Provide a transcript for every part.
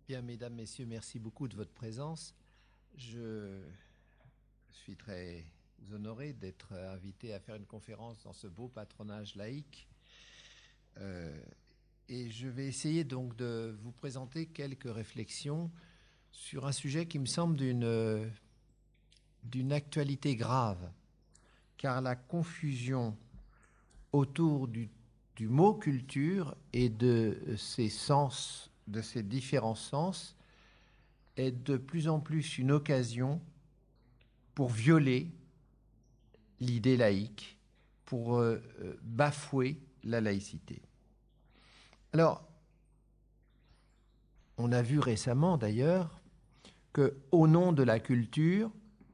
Bien, mesdames, messieurs, merci beaucoup de votre présence. Je suis très honoré d'être invité à faire une conférence dans ce beau patronage laïque. Et je vais essayer donc de vous présenter quelques réflexions sur un sujet qui me semble d'une actualité grave, car la confusion autour du mot culture et de ses sens, de ses différents sens, est de plus en plus une occasion pour violer l'idée laïque, pour bafouer la laïcité. Alors, on a vu récemment d'ailleurs qu'au nom de la culture,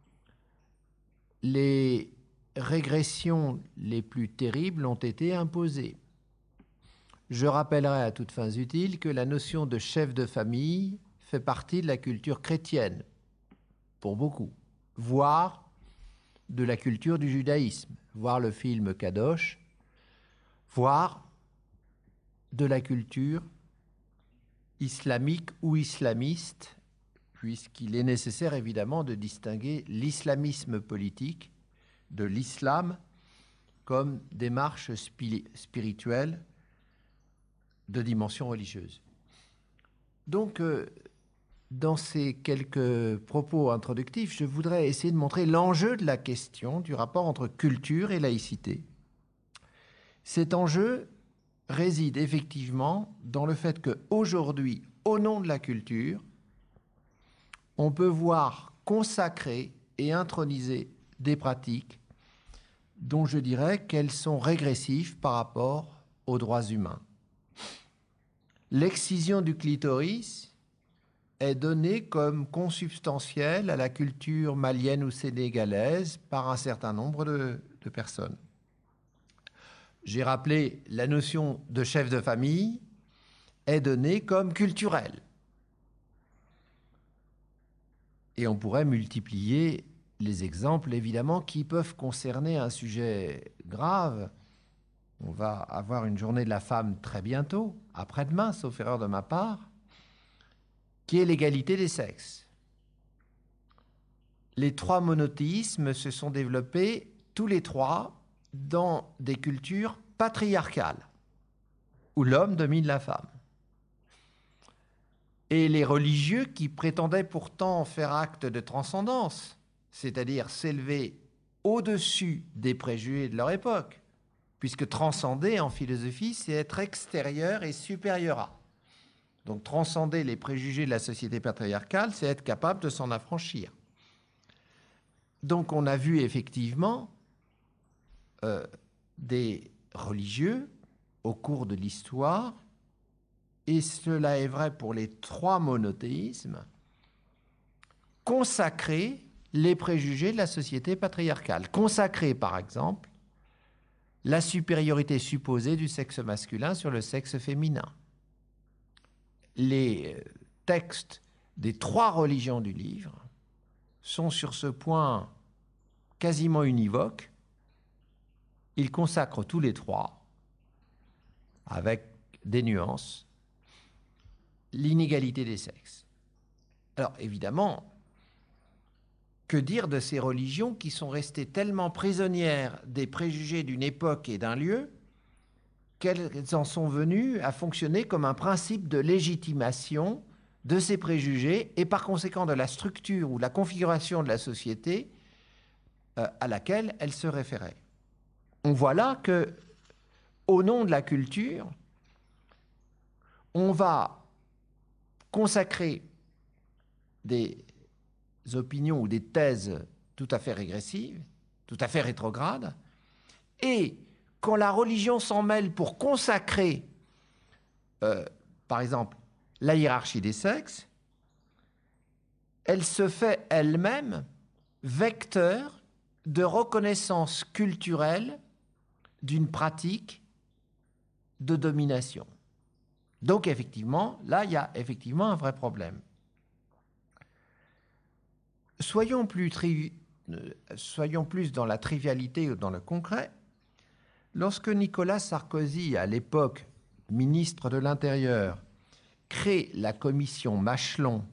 les régressions les plus terribles ont été imposées. Je rappellerai à toutes fins utiles que la notion de chef de famille fait partie de la culture chrétienne, pour beaucoup, voire de la culture du judaïsme, voire le film Kadosh, voire de la culture islamique ou islamiste, puisqu'il est nécessaire évidemment de distinguer l'islamisme politique de l'islam comme démarche spirituelle de dimension religieuse. Donc, dans ces quelques propos introductifs, je voudrais essayer de montrer l'enjeu de la question du rapport entre culture et laïcité. Cet enjeu réside effectivement dans le fait qu'aujourd'hui, au nom de la culture, on peut voir consacrer et introniser des pratiques dont je dirais qu'elles sont régressives par rapport aux droits humains. L'excision du clitoris est donnée comme consubstantielle à la culture malienne ou sénégalaise par un certain nombre de personnes. J'ai rappelé la notion de chef de famille est donnée comme culturelle. Et on pourrait multiplier les exemples, évidemment, qui peuvent concerner un sujet grave. On va avoir une journée de la femme très bientôt, après-demain, sauf erreur de ma part, qui est l'égalité des sexes. Les trois monothéismes se sont développés, tous les trois, dans des cultures patriarcales, où l'homme domine la femme. Et les religieux qui prétendaient pourtant faire acte de transcendance, c'est-à-dire s'élever au-dessus des préjugés de leur époque, puisque transcender en philosophie, c'est être extérieur et supérieur à. Donc transcender les préjugés de la société patriarcale, c'est être capable de s'en affranchir. Donc on a vu effectivement des religieux au cours de l'histoire, et cela est vrai pour les trois monothéismes, consacrer les préjugés de la société patriarcale. Consacrer, par exemple, la supériorité supposée du sexe masculin sur le sexe féminin. Les textes des trois religions du livre sont sur ce point quasiment univoques. Ils consacrent tous les trois, avec des nuances, l'inégalité des sexes. Alors évidemment, que dire de ces religions qui sont restées tellement prisonnières des préjugés d'une époque et d'un lieu qu'elles en sont venues à fonctionner comme un principe de légitimation de ces préjugés et par conséquent de la structure ou la configuration de la société à laquelle elles se référaient. On voit là que, au nom de la culture, on va consacrer des opinions ou des thèses tout à fait régressives, tout à fait rétrogrades, et quand la religion s'en mêle pour consacrer, par exemple, la hiérarchie des sexes, elle se fait elle-même vecteur de reconnaissance culturelle d'une pratique de domination. Donc effectivement, là, il y a effectivement un vrai problème. Soyons plus dans la trivialité ou dans le concret. Lorsque Nicolas Sarkozy, à l'époque ministre de l'Intérieur, crée la commission Machelon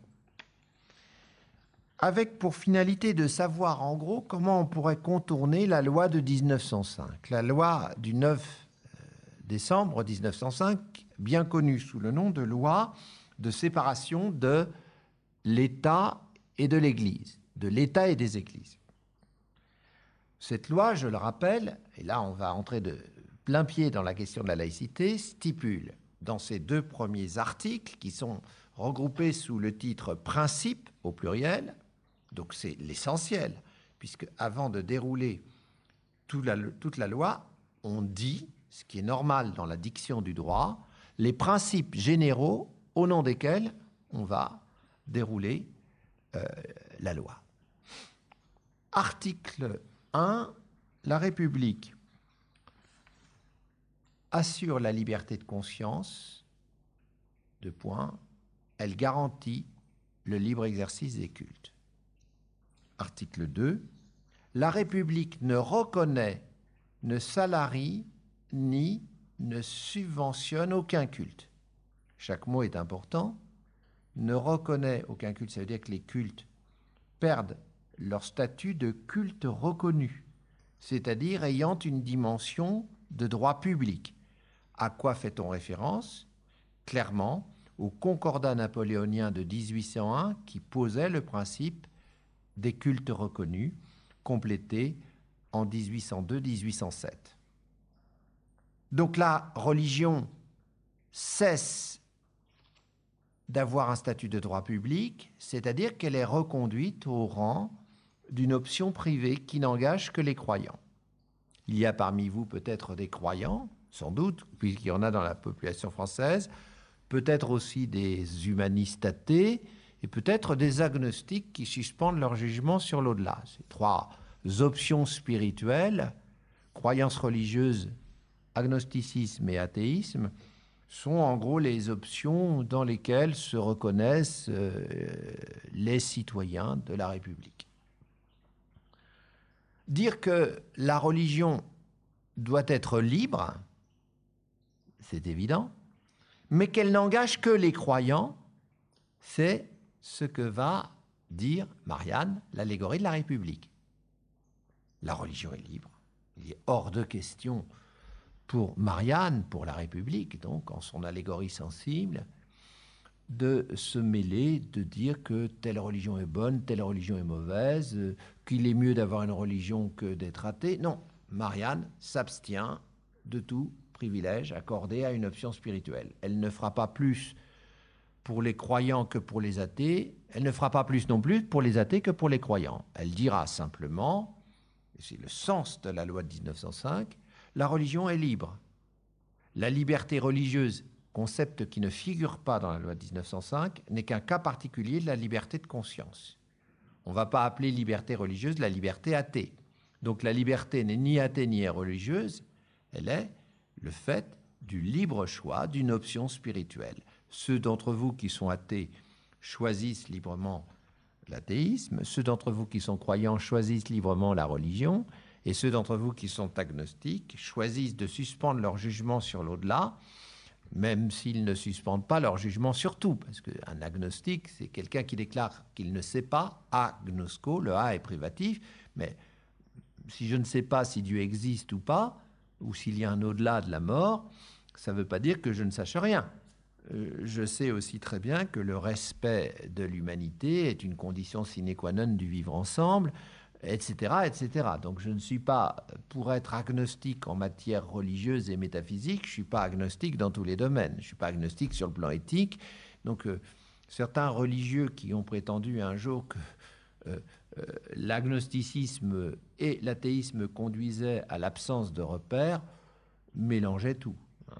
avec pour finalité de savoir en gros comment on pourrait contourner la loi de 1905. La loi du 9 décembre 1905, bien connue sous le nom de loi de séparation de l'État et de l'Église, de l'État et des Églises. Cette loi, je le rappelle, et là on va entrer de plein pied dans la question de la laïcité, stipule dans ces 2 premiers articles qui sont regroupés sous le titre « Principe » au pluriel, donc c'est l'essentiel, puisque avant de dérouler toute la loi, on dit, ce qui est normal dans la diction du droit, les principes généraux au nom desquels on va dérouler la loi. Article 1, la République assure la liberté de conscience, elle garantit le libre exercice des cultes. Article 2, la République ne reconnaît, ne salarie, ni ne subventionne aucun culte. Chaque mot est important. Ne reconnaît aucun culte, ça veut dire que les cultes perdent leur statut de culte reconnu, c'est-à-dire ayant une dimension de droit public. À quoi fait-on référence? Clairement, au Concordat napoléonien de 1801 qui posait le principe des cultes reconnus, complété en 1802-1807. Donc la religion cesse d'avoir un statut de droit public, c'est-à-dire qu'elle est reconduite au rang d'une option privée qui n'engage que les croyants. Il y a parmi vous peut-être des croyants, sans doute, puisqu'il y en a dans la population française, peut-être aussi des humanistes athées, et peut-être des agnostiques qui suspendent leur jugement sur l'au-delà. Ces 3 options spirituelles, croyances religieuses, agnosticisme et athéisme, sont en gros les options dans lesquelles se reconnaissent les citoyens de la République. Dire que la religion doit être libre, c'est évident, mais qu'elle n'engage que les croyants, c'est ce que va dire Marianne, l'allégorie de la République. La religion est libre. Il est hors de question pour Marianne, pour la République, donc en son allégorie sensible, de se mêler, de dire que telle religion est bonne, telle religion est mauvaise, qu'il est mieux d'avoir une religion que d'être athée. Non, Marianne s'abstient de tout privilège accordé à une option spirituelle. Elle ne fera pas plus pour les croyants que pour les athées, elle ne fera pas plus non plus pour les athées que pour les croyants. Elle dira simplement, et c'est le sens de la loi de 1905, la religion est libre. La liberté religieuse, concept qui ne figure pas dans la loi de 1905, n'est qu'un cas particulier de la liberté de conscience. On ne va pas appeler liberté religieuse la liberté athée. Donc la liberté n'est ni athée ni religieuse, elle est le fait du libre choix d'une option spirituelle. Ceux d'entre vous qui sont athées choisissent librement l'athéisme, ceux d'entre vous qui sont croyants choisissent librement la religion, et ceux d'entre vous qui sont agnostiques choisissent de suspendre leur jugement sur l'au-delà, même s'ils ne suspendent pas leur jugement sur tout, parce qu'un agnostique, c'est quelqu'un qui déclare qu'il ne sait pas, agnosco, le A est privatif, mais si je ne sais pas si Dieu existe ou pas, ou s'il y a un au-delà de la mort, ça ne veut pas dire que je ne sache rien. Je sais aussi très bien que le respect de l'humanité est une condition sine qua non du vivre ensemble, etc., etc. Donc je ne suis pas, pour être agnostique en matière religieuse et métaphysique, je ne suis pas agnostique dans tous les domaines. Je ne suis pas agnostique sur le plan éthique. Donc certains religieux qui ont prétendu un jour que l'agnosticisme et l'athéisme conduisaient à l'absence de repères mélangeaient tout.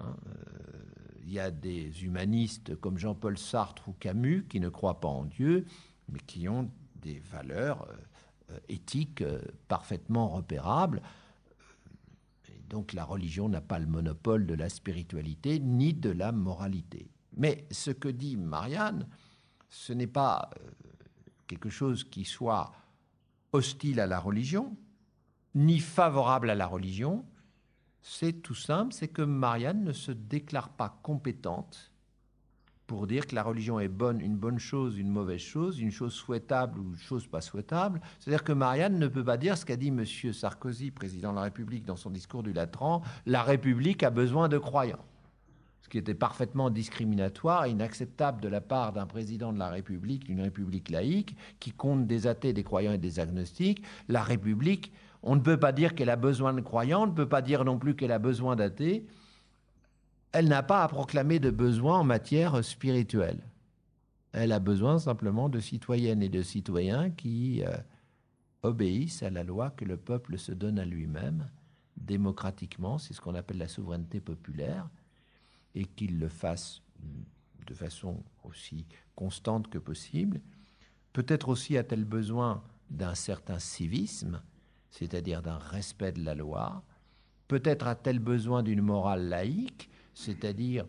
Il y a des humanistes comme Jean-Paul Sartre ou Camus qui ne croient pas en Dieu, mais qui ont des valeurs éthiques parfaitement repérables. Et donc la religion n'a pas le monopole de la spiritualité ni de la moralité. Mais ce que dit Marianne, ce n'est pas quelque chose qui soit hostile à la religion, ni favorable à la religion. C'est tout simple, c'est que Marianne ne se déclare pas compétente pour dire que la religion est une bonne chose, une mauvaise chose, une chose souhaitable ou une chose pas souhaitable. C'est-à-dire que Marianne ne peut pas dire ce qu'a dit M. Sarkozy, président de la République, dans son discours du Latran, la République a besoin de croyants. Ce qui était parfaitement discriminatoire et inacceptable de la part d'un président de la République, d'une République laïque, qui compte des athées, des croyants et des agnostiques. La République, on ne peut pas dire qu'elle a besoin de croyants, on ne peut pas dire non plus qu'elle a besoin d'athées. Elle n'a pas à proclamer de besoin en matière spirituelle. Elle a besoin simplement de citoyennes et de citoyens qui obéissent à la loi que le peuple se donne à lui-même, démocratiquement, c'est ce qu'on appelle la souveraineté populaire, et qu'ils le fassent de façon aussi constante que possible. Peut-être aussi a-t-elle besoin d'un certain civisme, c'est-à-dire d'un respect de la loi. Peut-être a-t-elle besoin d'une morale laïque, c'est-à-dire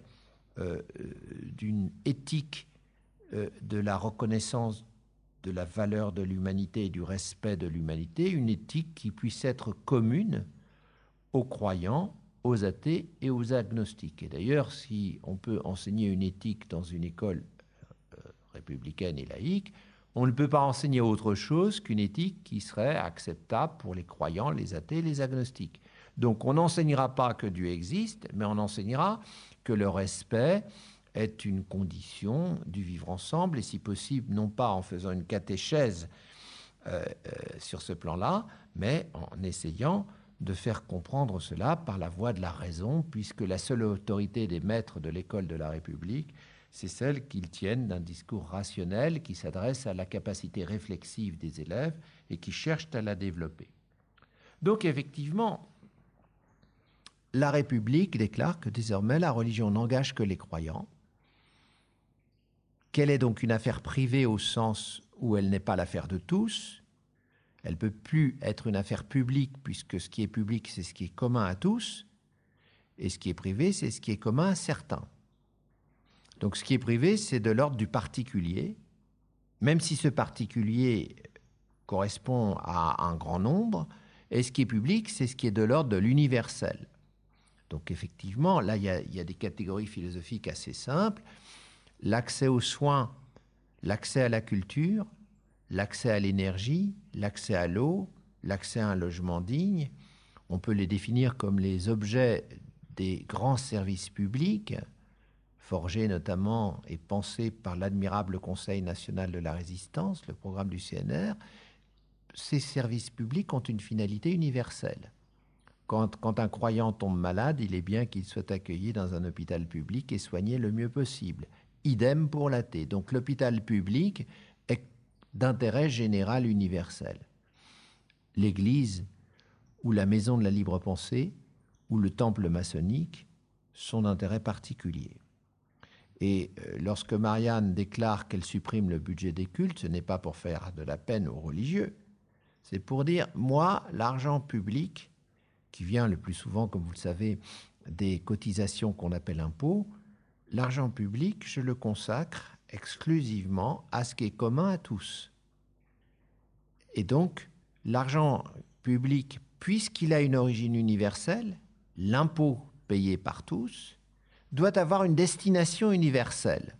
d'une éthique de la reconnaissance de la valeur de l'humanité et du respect de l'humanité, une éthique qui puisse être commune aux croyants, aux athées et aux agnostiques. Et d'ailleurs, si on peut enseigner une éthique dans une école républicaine et laïque, on ne peut pas enseigner autre chose qu'une éthique qui serait acceptable pour les croyants, les athées et les agnostiques. Donc on n'enseignera pas que Dieu existe, mais on enseignera que le respect est une condition du vivre ensemble, et si possible, non pas en faisant une catéchèse sur ce plan-là, mais en essayant de faire comprendre cela par la voie de la raison, puisque la seule autorité des maîtres de l'école de la République, c'est celle qu'ils tiennent d'un discours rationnel qui s'adresse à la capacité réflexive des élèves et qui cherche à la développer. Donc effectivement, la République déclare que désormais la religion n'engage que les croyants, qu'elle est donc une affaire privée au sens où elle n'est pas l'affaire de tous. Elle ne peut plus être une affaire publique, puisque ce qui est public, c'est ce qui est commun à tous, et ce qui est privé, c'est ce qui est commun à certains. Donc ce qui est privé, c'est de l'ordre du particulier, même si ce particulier correspond à un grand nombre, et ce qui est public, c'est ce qui est de l'ordre de l'universel. Donc effectivement, là, il y a des catégories philosophiques assez simples. L'accès aux soins, l'accès à la culture, l'accès à l'énergie, l'accès à l'eau, l'accès à un logement digne, on peut les définir comme les objets des grands services publics, forgés notamment et pensés par l'admirable Conseil national de la résistance, le programme du CNR. Ces services publics ont une finalité universelle. Quand un croyant tombe malade, il est bien qu'il soit accueilli dans un hôpital public et soigné le mieux possible. Idem pour l'athée. Donc l'hôpital public est d'intérêt général universel. L'Église ou la maison de la libre pensée ou le temple maçonnique sont d'intérêt particulier. Et lorsque Marianne déclare qu'elle supprime le budget des cultes, ce n'est pas pour faire de la peine aux religieux, c'est pour dire, moi, l'argent public, qui vient le plus souvent, comme vous le savez, des cotisations qu'on appelle impôts, l'argent public, je le consacre exclusivement à ce qui est commun à tous. Et donc, l'argent public, puisqu'il a une origine universelle, l'impôt payé par tous, doit avoir une destination universelle.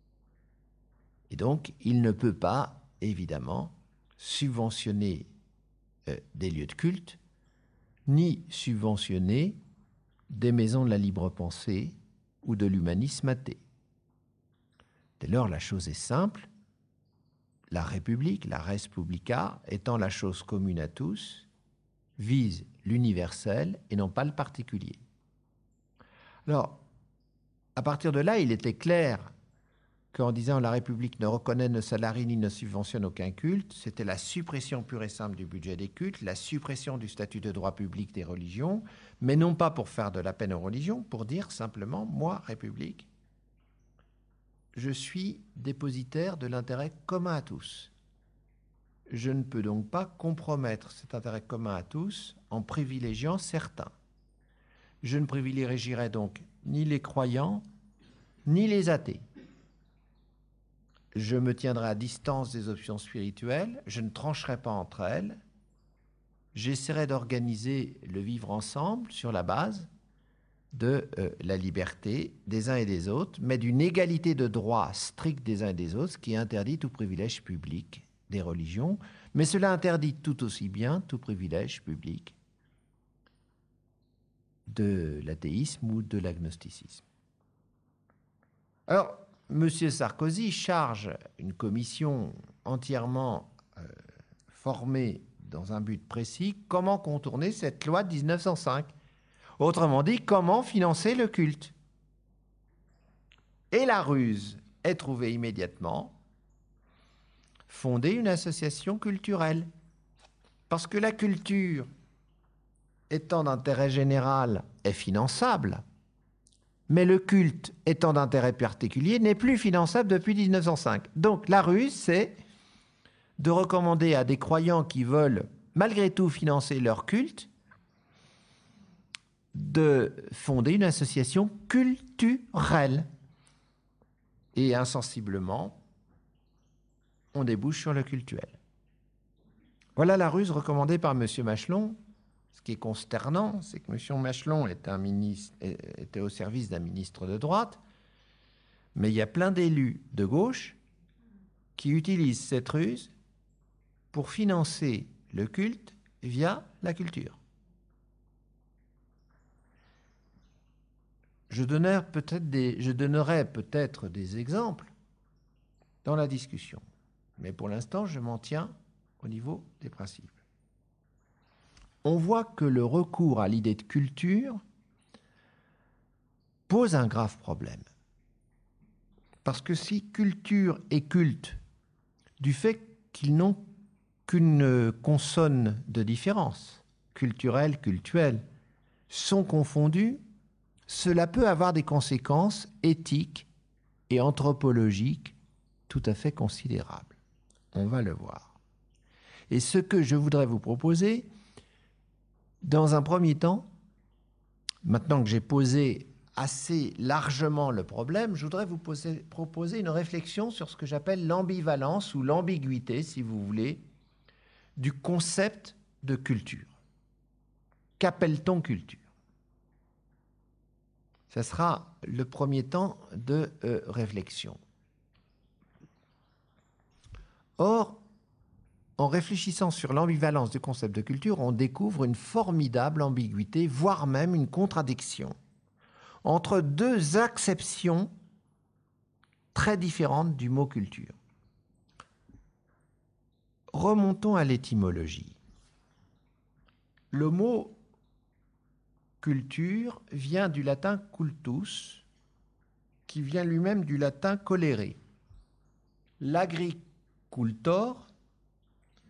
Et donc, il ne peut pas, évidemment, subventionner des lieux de culte, ni subventionner des maisons de la libre pensée ou de l'humanisme athée. Dès lors, la chose est simple. La République, la res publica, étant la chose commune à tous, vise l'universel et non pas le particulier. Alors, à partir de là, il était clair qu'en disant la République ne reconnaît, ne salarie ni ne subventionne aucun culte, c'était la suppression pure et simple du budget des cultes, la suppression du statut de droit public des religions, mais non pas pour faire de la peine aux religions, pour dire simplement, moi, République, je suis dépositaire de l'intérêt commun à tous. Je ne peux donc pas compromettre cet intérêt commun à tous en privilégiant certains. Je ne privilégierai donc ni les croyants, ni les athées. Je me tiendrai à distance des options spirituelles, je ne trancherai pas entre elles, j'essaierai d'organiser le vivre ensemble sur la base de la liberté des uns et des autres, mais d'une égalité de droits stricts des uns et des autres, ce qui interdit tout privilège public des religions, mais cela interdit tout aussi bien tout privilège public de l'athéisme ou de l'agnosticisme. Alors, M. Sarkozy charge une commission entièrement formée dans un but précis, comment contourner cette loi de 1905. Autrement dit, comment financer le culte. Et la ruse est trouvée immédiatement, fonder une association culturelle. Parce que la culture, étant d'intérêt général, est finançable, mais le culte, étant d'intérêt particulier, n'est plus finançable depuis 1905. Donc la ruse, c'est de recommander à des croyants qui veulent malgré tout financer leur culte, de fonder une association culturelle. Et insensiblement, on débouche sur le cultuel. Voilà la ruse recommandée par M. Machelon. Ce qui est consternant, c'est que M. Machelon était au service d'un ministre de droite, mais il y a plein d'élus de gauche qui utilisent cette ruse pour financer le culte via la culture. Je donnerai peut-être des exemples dans la discussion, mais pour l'instant, je m'en tiens au niveau des principes. On voit que le recours à l'idée de culture pose un grave problème. Parce que si culture et culte, du fait qu'ils n'ont qu'une consonne de différence, culturelle, cultuelle, sont confondus, cela peut avoir des conséquences éthiques et anthropologiques tout à fait considérables. On va le voir. Et ce que je voudrais vous proposer, dans un premier temps, maintenant que j'ai posé assez largement le problème, je voudrais vous proposer une réflexion sur ce que j'appelle l'ambivalence ou l'ambiguïté, si vous voulez, du concept de culture. Qu'appelle-t-on culture ? Ce sera le premier temps de réflexion. Or, en réfléchissant sur l'ambivalence du concept de culture, on découvre une formidable ambiguïté, voire même une contradiction, entre deux acceptions très différentes du mot culture. Remontons à l'étymologie. Le mot culture vient du latin cultus, qui vient lui-même du latin colere. L'agricultor, qu'est-ce ?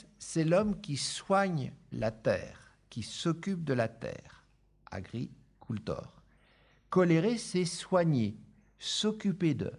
C'est l'homme qui soigne la terre, qui s'occupe de la terre. Agricultor. Colere, c'est soigner, s'occuper de.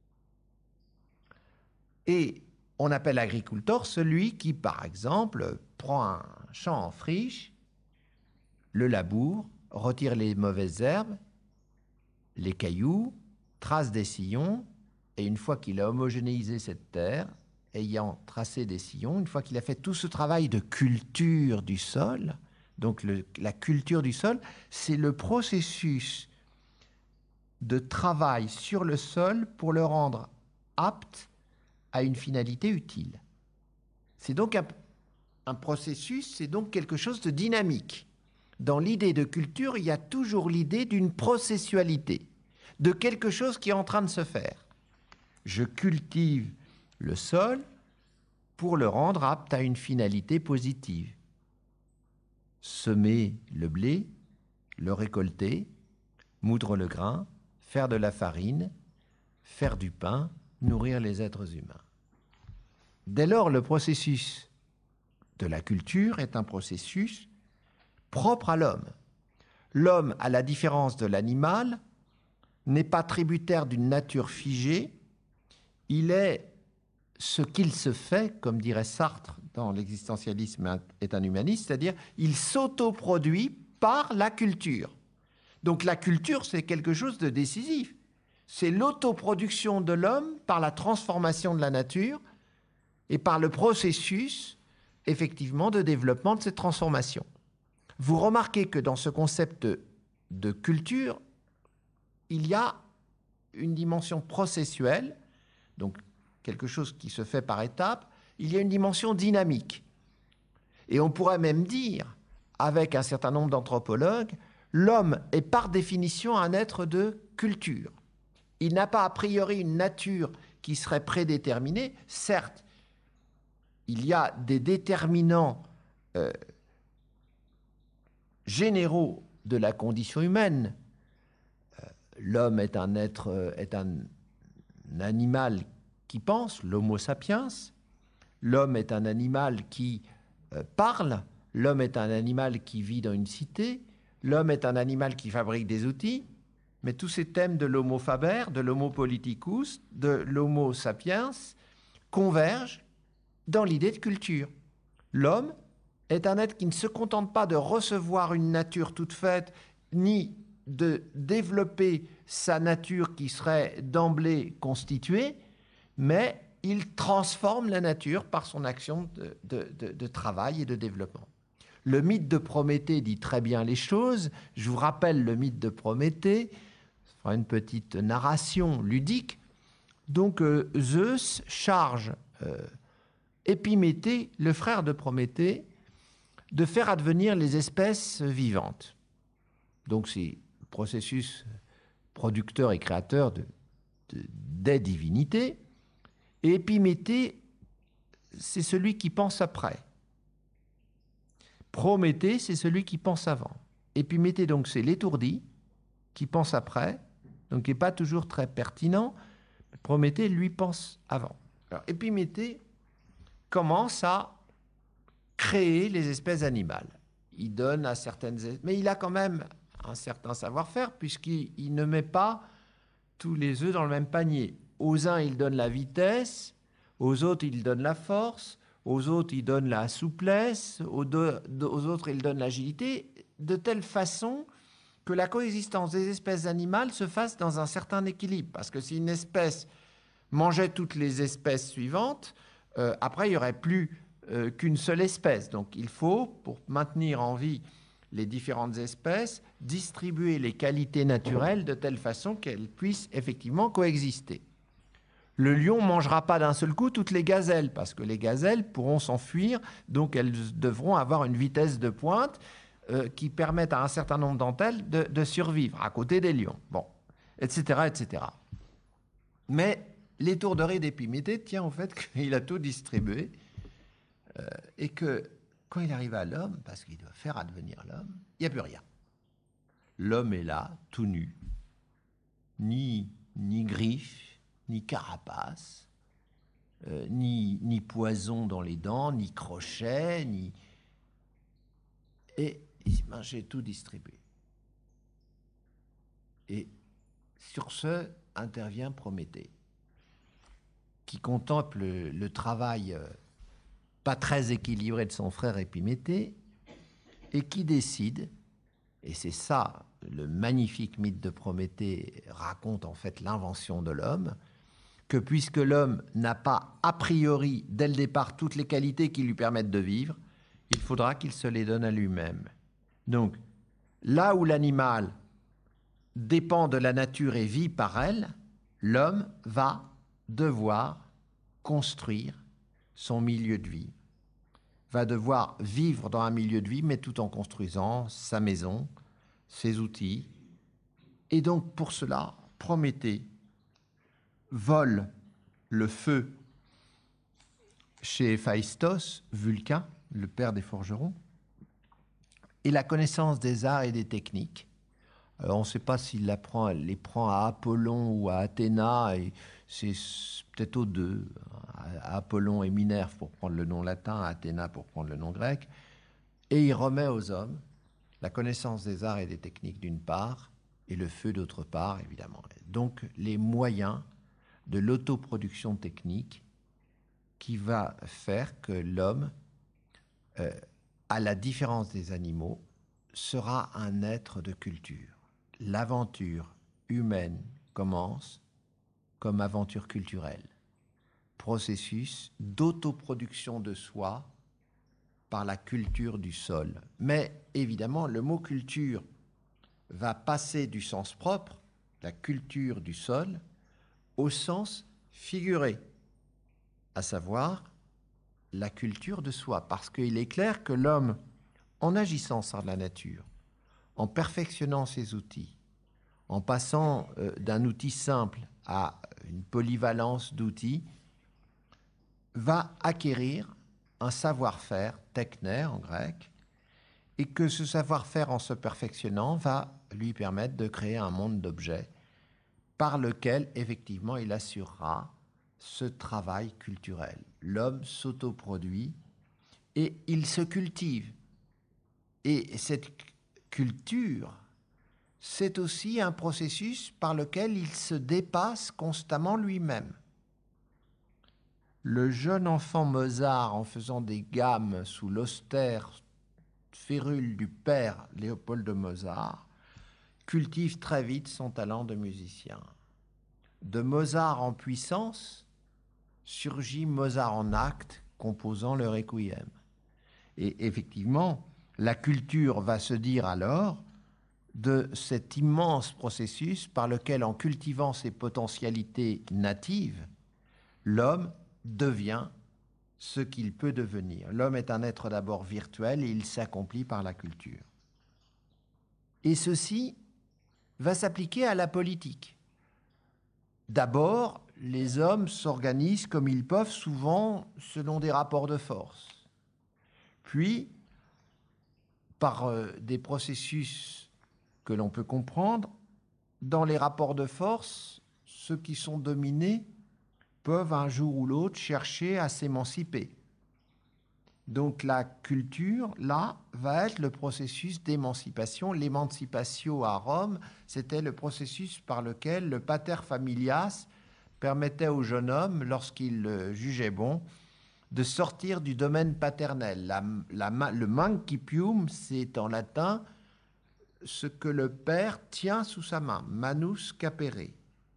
Et on appelle agricultor celui qui, par exemple, prend un champ en friche, le laboure, retire les mauvaises herbes, les cailloux, trace des sillons, et une fois qu'il a homogénéisé cette terre, ayant tracé des sillons, une fois qu'il a fait tout ce travail de culture du sol, donc la culture du sol, c'est le processus de travail sur le sol pour le rendre apte à une finalité utile. C'est donc un processus, c'est donc quelque chose de dynamique. Dans l'idée de culture, il y a toujours l'idée d'une processualité, de quelque chose qui est en train de se faire. Je cultive le sol pour le rendre apte à une finalité positive. Semer le blé, le récolter, moudre le grain, faire de la farine, faire du pain, nourrir les êtres humains. Dès lors, le processus de la culture est un processus propre à l'homme. L'homme, à la différence de l'animal, n'est pas tributaire d'une nature figée, il est ce qu'il se fait, comme dirait Sartre dans L'existentialisme est un humaniste, c'est-à-dire il s'autoproduit par la culture. Donc la culture, c'est quelque chose de décisif. C'est l'autoproduction de l'homme par la transformation de la nature et par le processus, effectivement, de développement de cette transformation. Vous remarquez que dans ce concept de culture, il y a une dimension processuelle, donc quelque chose qui se fait par étapes, il y a une dimension dynamique. Et on pourrait même dire, avec un certain nombre d'anthropologues, l'homme est par définition un être de culture. Il n'a pas a priori une nature qui serait prédéterminée. Certes, il y a des déterminants généraux de la condition humaine. L'homme est un être, est un animal qui pense, l'homo sapiens. L'homme est un animal qui parle. L'homme est un animal qui vit dans une cité. L'homme est un animal qui fabrique des outils. Mais tous ces thèmes de l'homo faber, de l'homo politicus, de l'homo sapiens convergent dans l'idée de culture. L'homme est un être qui ne se contente pas de recevoir une nature toute faite, ni de développer sa nature qui serait d'emblée constituée, mais il transforme la nature par son action de travail et de développement. Le mythe de Prométhée dit très bien les choses. Je vous rappelle le mythe de Prométhée. Ce sera une petite narration ludique. Donc Zeus charge Épiméthée, le frère de Prométhée, de faire advenir les espèces vivantes. Donc c'est le processus producteur et créateur des divinités. Et Épiméthée, c'est celui qui pense après. Prométhée, c'est celui qui pense avant. Épiméthée, donc, c'est l'étourdi qui pense après, donc qui n'est pas toujours très pertinent. Prométhée, lui, pense avant. Alors, Épiméthée commence à créer les espèces animales. Il donne à certaines... Mais il a quand même un certain savoir-faire, puisqu'il ne met pas tous les œufs dans le même panier. Aux uns, il donne la vitesse, aux autres, il donne la force, aux autres, il donne la souplesse, aux autres, il donne l'agilité, de telle façon que la coexistence des espèces animales se fasse dans un certain équilibre. Parce que si une espèce mangeait toutes les espèces suivantes, après, il n'y aurait plus qu'une seule espèce. Donc, il faut, pour maintenir en vie les différentes espèces, distribuer les qualités naturelles de telle façon qu'elles puissent effectivement coexister. Le lion ne mangera pas d'un seul coup toutes les gazelles, parce que les gazelles pourront s'enfuir, donc elles devront avoir une vitesse de pointe qui permette à un certain nombre d'entre elles de survivre à côté des lions. Bon, etc., etc. Mais l'étourderie d'Épiméthée tient au fait qu'il a tout distribué et que quand il arrive à l'homme, parce qu'il doit faire advenir l'homme, il n'y a plus rien. L'homme est là, tout nu, ni griffes, ni carapace, ni poison dans les dents, ni crochet, ni... Et j'ai tout distribué. Et sur ce intervient Prométhée, qui contemple le travail pas très équilibré de son frère Épiméthée, et qui décide, et c'est ça, le magnifique mythe de Prométhée raconte en fait l'invention de l'homme, que puisque l'homme n'a pas a priori, dès le départ, toutes les qualités qui lui permettent de vivre, il faudra qu'il se les donne à lui-même. Donc, là où l'animal dépend de la nature et vit par elle, l'homme va devoir construire son milieu de vie, va devoir vivre dans un milieu de vie, mais tout en construisant sa maison, ses outils. Et donc, pour cela, Prométhée vole le feu chez Héphaïstos, Vulcain, le père des forgerons, et la connaissance des arts et des techniques. Alors, on ne sait pas s'il les prend à Apollon ou à Athéna, et c'est peut-être aux deux, à Apollon et Minerve pour prendre le nom latin, à Athéna pour prendre le nom grec, et il remet aux hommes la connaissance des arts et des techniques d'une part, et le feu d'autre part, évidemment. Donc, les moyens de l'autoproduction technique qui va faire que l'homme, à la différence des animaux, sera un être de culture. L'aventure humaine commence comme aventure culturelle, processus d'autoproduction de soi par la culture du sol. Mais évidemment, le mot culture va passer du sens propre, la culture du sol, au sens figuré, à savoir la culture de soi. Parce qu'il est clair que l'homme, en agissant sur la nature, en perfectionnant ses outils, en passant d'un outil simple à une polyvalence d'outils, va acquérir un savoir-faire, techné en grec, et que ce savoir-faire, en se perfectionnant, va lui permettre de créer un monde d'objets par lequel, effectivement, il assurera ce travail culturel. L'homme s'autoproduit et il se cultive. Et cette culture, c'est aussi un processus par lequel il se dépasse constamment lui-même. Le jeune enfant Mozart, en faisant des gammes sous l'austère férule du père Léopold de Mozart, cultive très vite son talent de musicien. De Mozart en puissance, surgit Mozart en acte, composant le Requiem. Et effectivement, la culture va se dire alors de cet immense processus par lequel, en cultivant ses potentialités natives, l'homme devient ce qu'il peut devenir. L'homme est un être d'abord virtuel et il s'accomplit par la culture. Et ceci va s'appliquer à la politique. D'abord, les hommes s'organisent comme ils peuvent, souvent selon des rapports de force. Puis, par des processus que l'on peut comprendre, dans les rapports de force, ceux qui sont dominés peuvent un jour ou l'autre chercher à s'émanciper. Donc la culture, là, va être le processus d'émancipation. L'émancipatio à Rome, c'était le processus par lequel le pater familias permettait au jeune homme, lorsqu'il le jugeait bon, de sortir du domaine paternel. Le mancipium, c'est en latin ce que le père tient sous sa main, manus capere.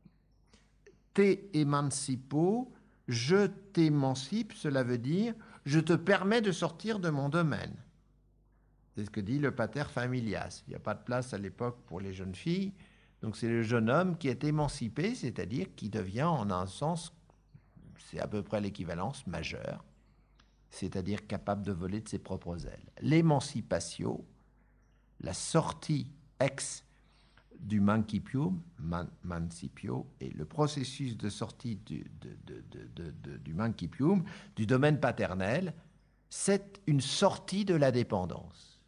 Te emancipo, je t'émancipe, cela veut dire je te permets de sortir de mon domaine. C'est ce que dit le pater familias. Il n'y a pas de place à l'époque pour les jeunes filles, donc c'est le jeune homme qui est émancipé, c'est-à-dire qui devient en un sens, c'est à peu près l'équivalence, majeur, c'est-à-dire capable de voler de ses propres ailes. L'émancipatio, la sortie ex du mancipium, mancipio, et le processus de sortie du mancipium, du domaine paternel, c'est une sortie de la dépendance.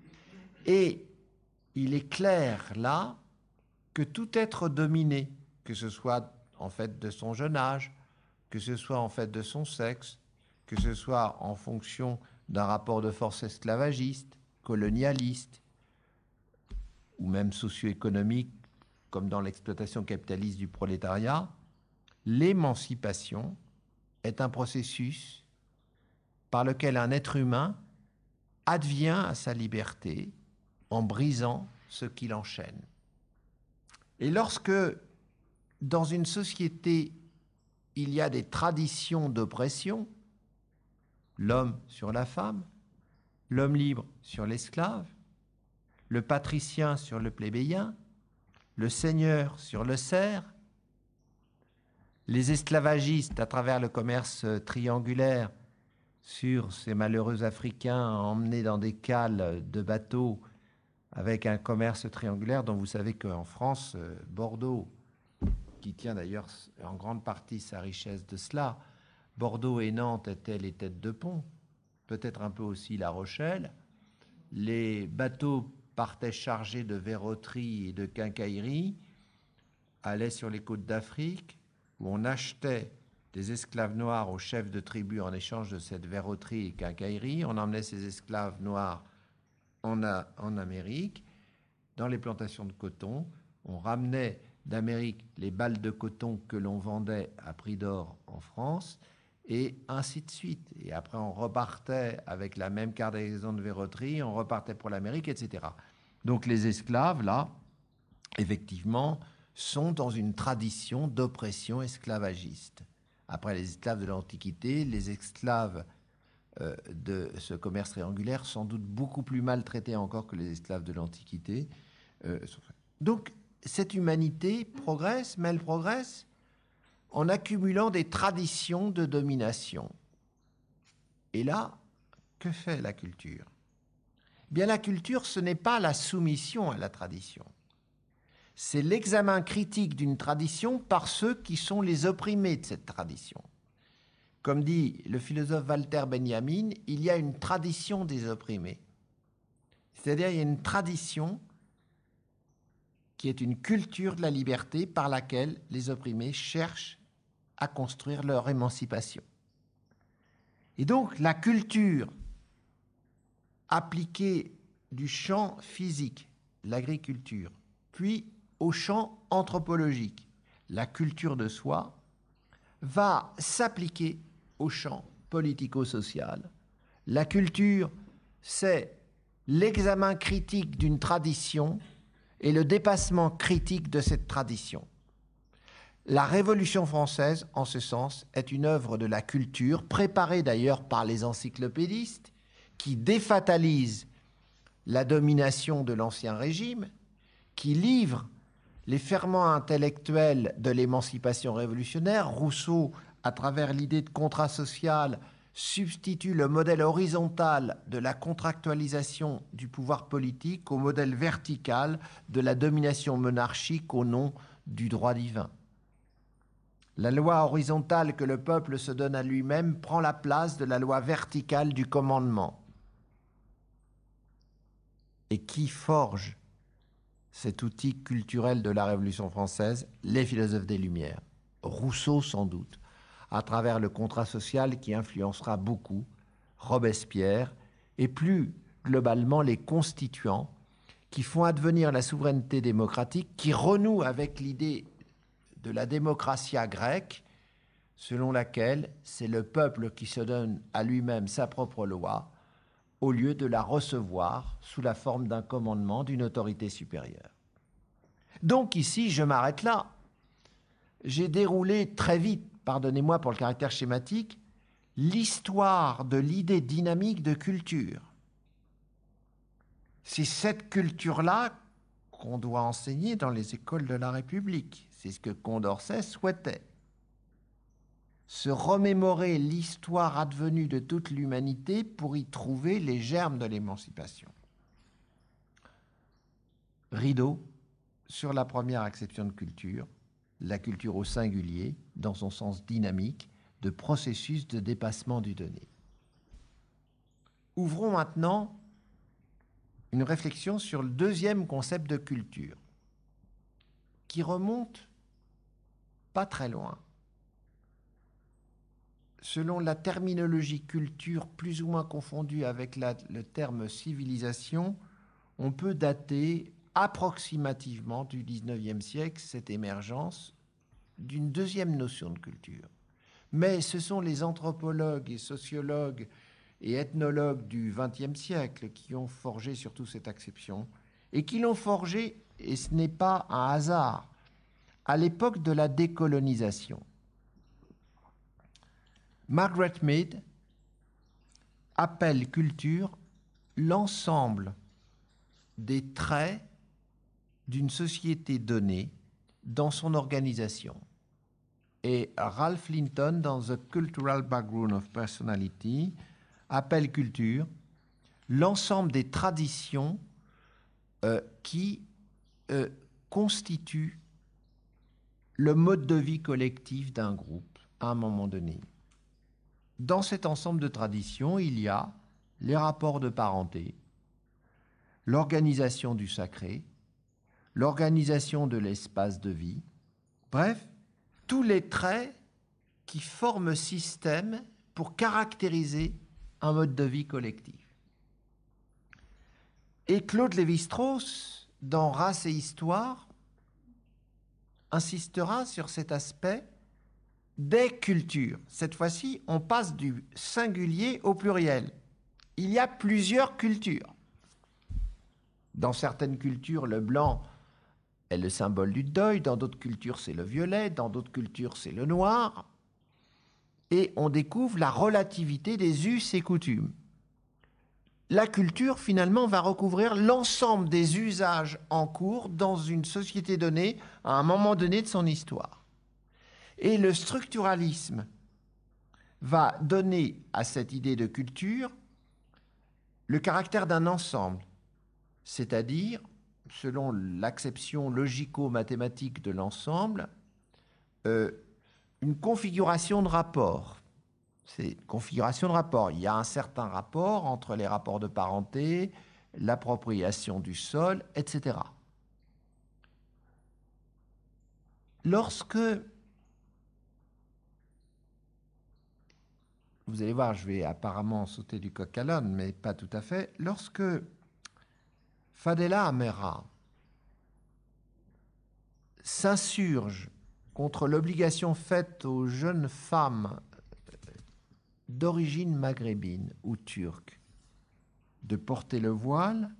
Et il est clair là que tout être dominé, que ce soit en fait de son jeune âge, que ce soit en fait de son sexe, que ce soit en fonction d'un rapport de force esclavagiste, colonialiste, ou même socio-économique, comme dans l'exploitation capitaliste du prolétariat, l'émancipation est un processus par lequel un être humain advient à sa liberté en brisant ce qui l'enchaîne. Et lorsque, dans une société, il y a des traditions d'oppression, l'homme sur la femme, l'homme libre sur l'esclave, le patricien sur le plébéien, le seigneur sur le serf, les esclavagistes à travers le commerce triangulaire sur ces malheureux Africains emmenés dans des cales de bateaux avec un commerce triangulaire dont vous savez qu'en France, Bordeaux, qui tient d'ailleurs en grande partie sa richesse de cela, Bordeaux et Nantes étaient les têtes de pont, peut-être un peu aussi La Rochelle. Les bateaux partaient chargés de verroterie et de quincaillerie, allaient sur les côtes d'Afrique, où on achetait des esclaves noirs aux chefs de tribu en échange de cette verroterie et quincaillerie. On emmenait ces esclaves noirs en Amérique, dans les plantations de coton. On ramenait d'Amérique les balles de coton que l'on vendait à prix d'or en France, et ainsi de suite. Et après, on repartait avec la même cargaison de verroterie, on repartait pour l'Amérique, etc. Donc les esclaves, là, effectivement, sont dans une tradition d'oppression esclavagiste. Après les esclaves de l'Antiquité, les esclaves de ce commerce triangulaire, sans doute beaucoup plus maltraités encore que les esclaves de l'Antiquité, Donc, cette humanité progresse, mais elle progresse en accumulant des traditions de domination. Et là, que fait la culture? Bien, la culture, ce n'est pas la soumission à la tradition. C'est l'examen critique d'une tradition par ceux qui sont les opprimés de cette tradition. Comme dit le philosophe Walter Benjamin, il y a une tradition des opprimés. C'est-à-dire, il y a une tradition qui est une culture de la liberté par laquelle les opprimés cherchent à construire leur émancipation. Et donc, la culture appliquée du champ physique, l'agriculture, puis au champ anthropologique, la culture de soi, va s'appliquer au champ politico-social. La culture, c'est l'examen critique d'une tradition et le dépassement critique de cette tradition. La Révolution française, en ce sens, est une œuvre de la culture, préparée d'ailleurs par les encyclopédistes, qui défatalisent la domination de l'Ancien Régime, qui livrent les ferments intellectuels de l'émancipation révolutionnaire. Rousseau, à travers l'idée de contrat social, substitue le modèle horizontal de la contractualisation du pouvoir politique au modèle vertical de la domination monarchique au nom du droit divin. La loi horizontale que le peuple se donne à lui-même prend la place de la loi verticale du commandement. Et qui forge cet outil culturel de la Révolution française? Les philosophes des Lumières. Rousseau, sans doute, à travers le contrat social qui influencera beaucoup Robespierre et plus globalement les constituants qui font advenir la souveraineté démocratique, qui renouent avec l'idée de la démocratia grecque, selon laquelle c'est le peuple qui se donne à lui-même sa propre loi, au lieu de la recevoir sous la forme d'un commandement d'une autorité supérieure. Donc ici, je m'arrête là. J'ai déroulé très vite, pardonnez-moi pour le caractère schématique, l'histoire de l'idée dynamique de culture. C'est cette culture-là qu'on doit enseigner dans les écoles de la République. C'est ce que Condorcet souhaitait. Se remémorer l'histoire advenue de toute l'humanité pour y trouver les germes de l'émancipation. Rideau sur la première acception de culture, la culture au singulier, dans son sens dynamique, de processus de dépassement du donné. Ouvrons maintenant une réflexion sur le deuxième concept de culture, qui remonte pas très loin. Selon la terminologie culture, plus ou moins confondue avec le terme civilisation, on peut dater approximativement du XIXe siècle cette émergence d'une deuxième notion de culture. Mais ce sont les anthropologues et sociologues et ethnologues du XXe siècle qui ont forgé surtout cette acception et qui l'ont forgée, et ce n'est pas un hasard, à l'époque de la décolonisation. Margaret Mead appelle culture l'ensemble des traits d'une société donnée dans son organisation. Et Ralph Linton, dans The Cultural Background of Personality, appelle culture l'ensemble des traditions qui constituent le mode de vie collectif d'un groupe à un moment donné. Dans cet ensemble de traditions, il y a les rapports de parenté, l'organisation du sacré, l'organisation de l'espace de vie, bref, tous les traits qui forment système pour caractériser un mode de vie collectif. Et Claude Lévi-Strauss, dans Race et Histoire, insistera sur cet aspect des cultures. Cette fois-ci, on passe du singulier au pluriel. Il y a plusieurs cultures. Dans certaines cultures, le blanc est le symbole du deuil, dans d'autres cultures, c'est le violet, dans d'autres cultures, c'est le noir. Et on découvre la relativité des us et coutumes. la culture, finalement, va recouvrir l'ensemble des usages en cours dans une société donnée, à un moment donné de son histoire. Et le structuralisme va donner à cette idée de culture le caractère d'un ensemble, c'est-à-dire, selon l'acception logico-mathématique de l'ensemble, une configuration de rapport. C'est une configuration de rapport. Il y a un certain rapport entre les rapports de parenté, l'appropriation du sol, etc. Lorsque, vous allez voir, je vais apparemment sauter du coq à l'âne, mais pas tout à fait, lorsque Fadela Amera s'insurge contre l'obligation faite aux jeunes femmes d'origine maghrébine ou turque de porter le voile,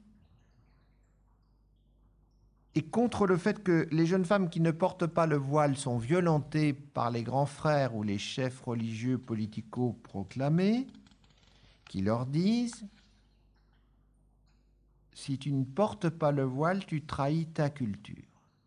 et contre le fait que les jeunes femmes qui ne portent pas le voile sont violentées par les grands frères ou les chefs religieux politico-proclamés, qui leur disent « Si tu ne portes pas le voile, tu trahis ta culture ».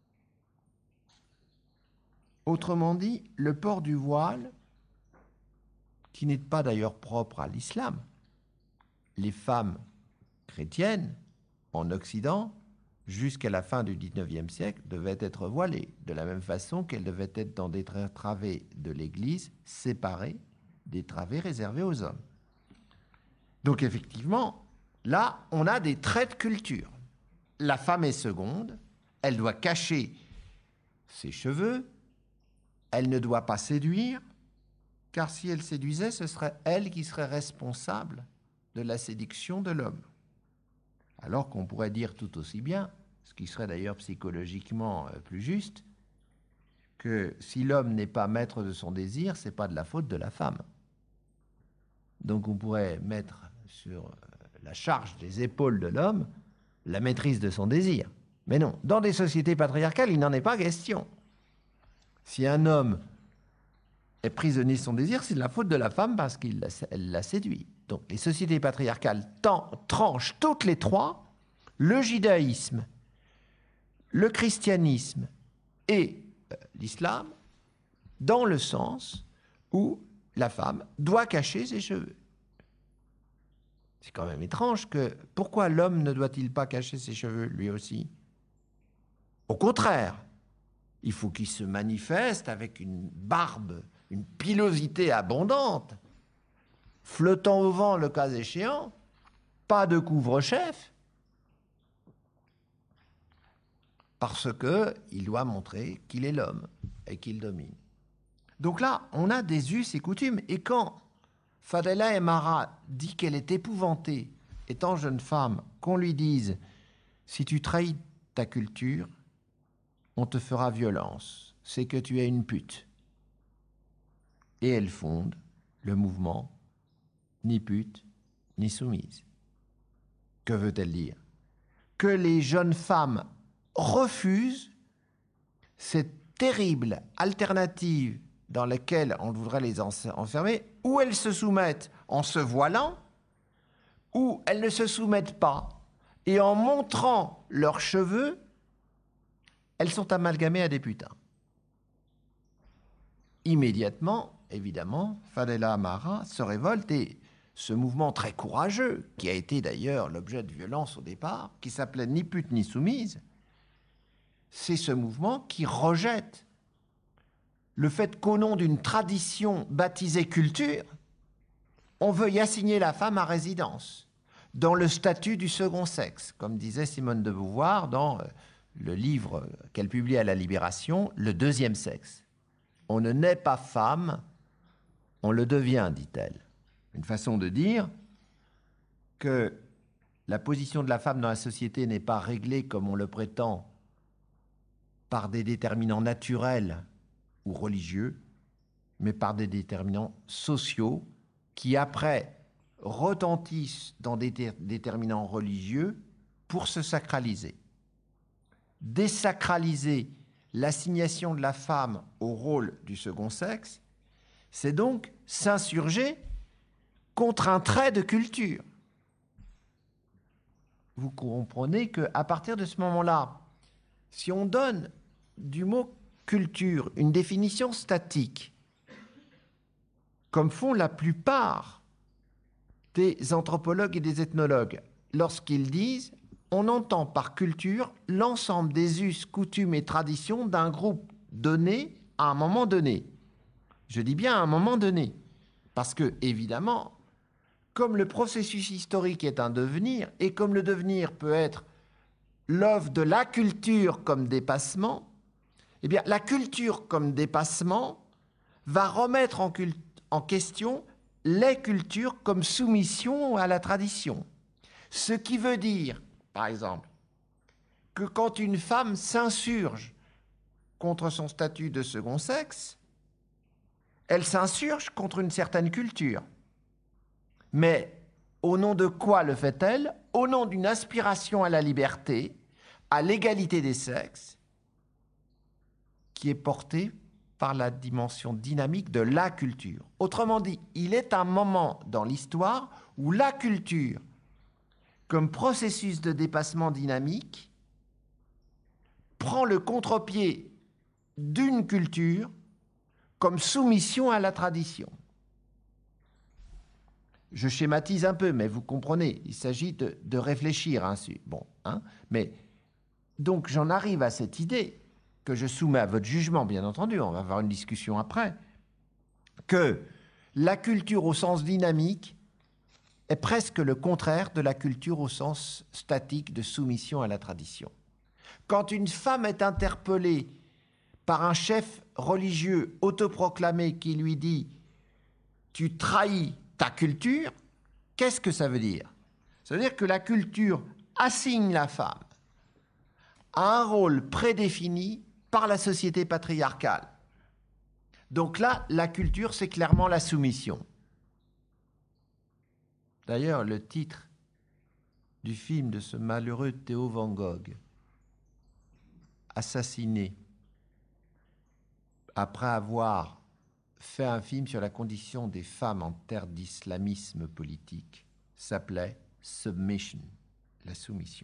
Autrement dit, le port du voile, qui n'est pas d'ailleurs propre à l'islam, les femmes chrétiennes en Occident, jusqu'à la fin du XIXe siècle, devaient être voilées, de la même façon qu'elles devaient être dans des travées de l'Église séparées des travées réservées aux hommes. Donc effectivement, là, on a des traits de culture. La femme est seconde, elle doit cacher ses cheveux, elle ne doit pas séduire, car si elle séduisait, ce serait elle qui serait responsable de la séduction de l'homme. Alors qu'on pourrait dire tout aussi bien, ce qui serait d'ailleurs psychologiquement plus juste, que si l'homme n'est pas maître de son désir, ce n'est pas de la faute de la femme. Donc on pourrait mettre sur la charge des épaules de l'homme la maîtrise de son désir. Mais non, dans des sociétés patriarcales, il n'en est pas question. Si un homme est prisonnier de son désir, c'est de la faute de la femme parce qu'elle l'a séduit. Donc les sociétés patriarcales tranchent toutes les trois, le judaïsme, le christianisme et l'islam, dans le sens où la femme doit cacher ses cheveux. C'est quand même étrange que... Pourquoi l'homme ne doit-il pas cacher ses cheveux, lui aussi? Au contraire, il faut qu'il se manifeste avec une barbe, une pilosité abondante, flottant au vent le cas échéant, pas de couvre-chef, parce qu'il doit montrer qu'il est l'homme et qu'il domine. Donc là, on a des us et coutumes, et quand Fadela Amera dit qu'elle est épouvantée, étant jeune femme, qu'on lui dise « si tu trahis ta culture, on te fera violence, c'est que tu es une pute ». Et elle fonde le mouvement « ni pute, ni soumise ». Que veut-elle dire? Que les jeunes femmes refusent cette terrible alternative dans laquelle on voudrait les enfermer, où elles se soumettent en se voilant, ou elles ne se soumettent pas, et en montrant leurs cheveux, elles sont amalgamées à des putains. Immédiatement, évidemment, Fadela Amera se révolte, et ce mouvement très courageux, qui a été d'ailleurs l'objet de violence au départ, qui s'appelait « Ni pute ni soumise », c'est ce mouvement qui rejette le fait qu'au nom d'une tradition baptisée culture, on veuille assigner la femme à résidence, dans le statut du second sexe, comme disait Simone de Beauvoir dans le livre qu'elle publie à la Libération, Le deuxième sexe. On ne naît pas femme, on le devient, dit-elle. Une façon de dire que la position de la femme dans la société n'est pas réglée, comme on le prétend, par des déterminants naturels ou religieux, mais par des déterminants sociaux qui, après, retentissent dans des déterminants religieux pour se sacraliser. Désacraliser l'assignation de la femme au rôle du second sexe, c'est donc s'insurger contre un trait de culture. vous comprenez qu'à partir de ce moment-là, si on donne du mot culture une définition statique, comme font la plupart des anthropologues et des ethnologues, lorsqu'ils disent « on entend par culture l'ensemble des us, coutumes et traditions d'un groupe donné à un moment donné ». Je dis bien à un moment donné, parce que, évidemment, comme le processus historique est un devenir, et comme le devenir peut être l'œuvre de la culture comme dépassement, eh bien, la culture comme dépassement va remettre en question les cultures comme soumission à la tradition. Ce qui veut dire, par exemple, que quand une femme s'insurge contre son statut de second sexe, elle s'insurge contre une certaine culture. Mais au nom de quoi le fait-elle? Au nom d'une aspiration à la liberté, à l'égalité des sexes, qui est portée par la dimension dynamique de la culture. Autrement dit, il est un moment dans l'histoire où la culture, comme processus de dépassement dynamique, prend le contre-pied d'une culture comme soumission à la tradition. Je schématise un peu, mais vous comprenez, il s'agit de réfléchir ainsi. Bon, mais donc j'en arrive à cette idée que je soumets à votre jugement, bien entendu, on va avoir une discussion après, que la culture au sens dynamique est presque le contraire de la culture au sens statique de soumission à la tradition. Quand une femme est interpellée par un chef religieux autoproclamé qui lui dit « tu trahis ta culture », qu'est-ce que ça veut dire? Ça veut dire que la culture assigne la femme à un rôle prédéfini par la société patriarcale. Donc là, la culture, c'est clairement la soumission. D'ailleurs, le titre du film de ce malheureux Theo Van Gogh, assassiné après avoir fait un film sur la condition des femmes en terre d'islamisme politique, s'appelait Submission, la soumission.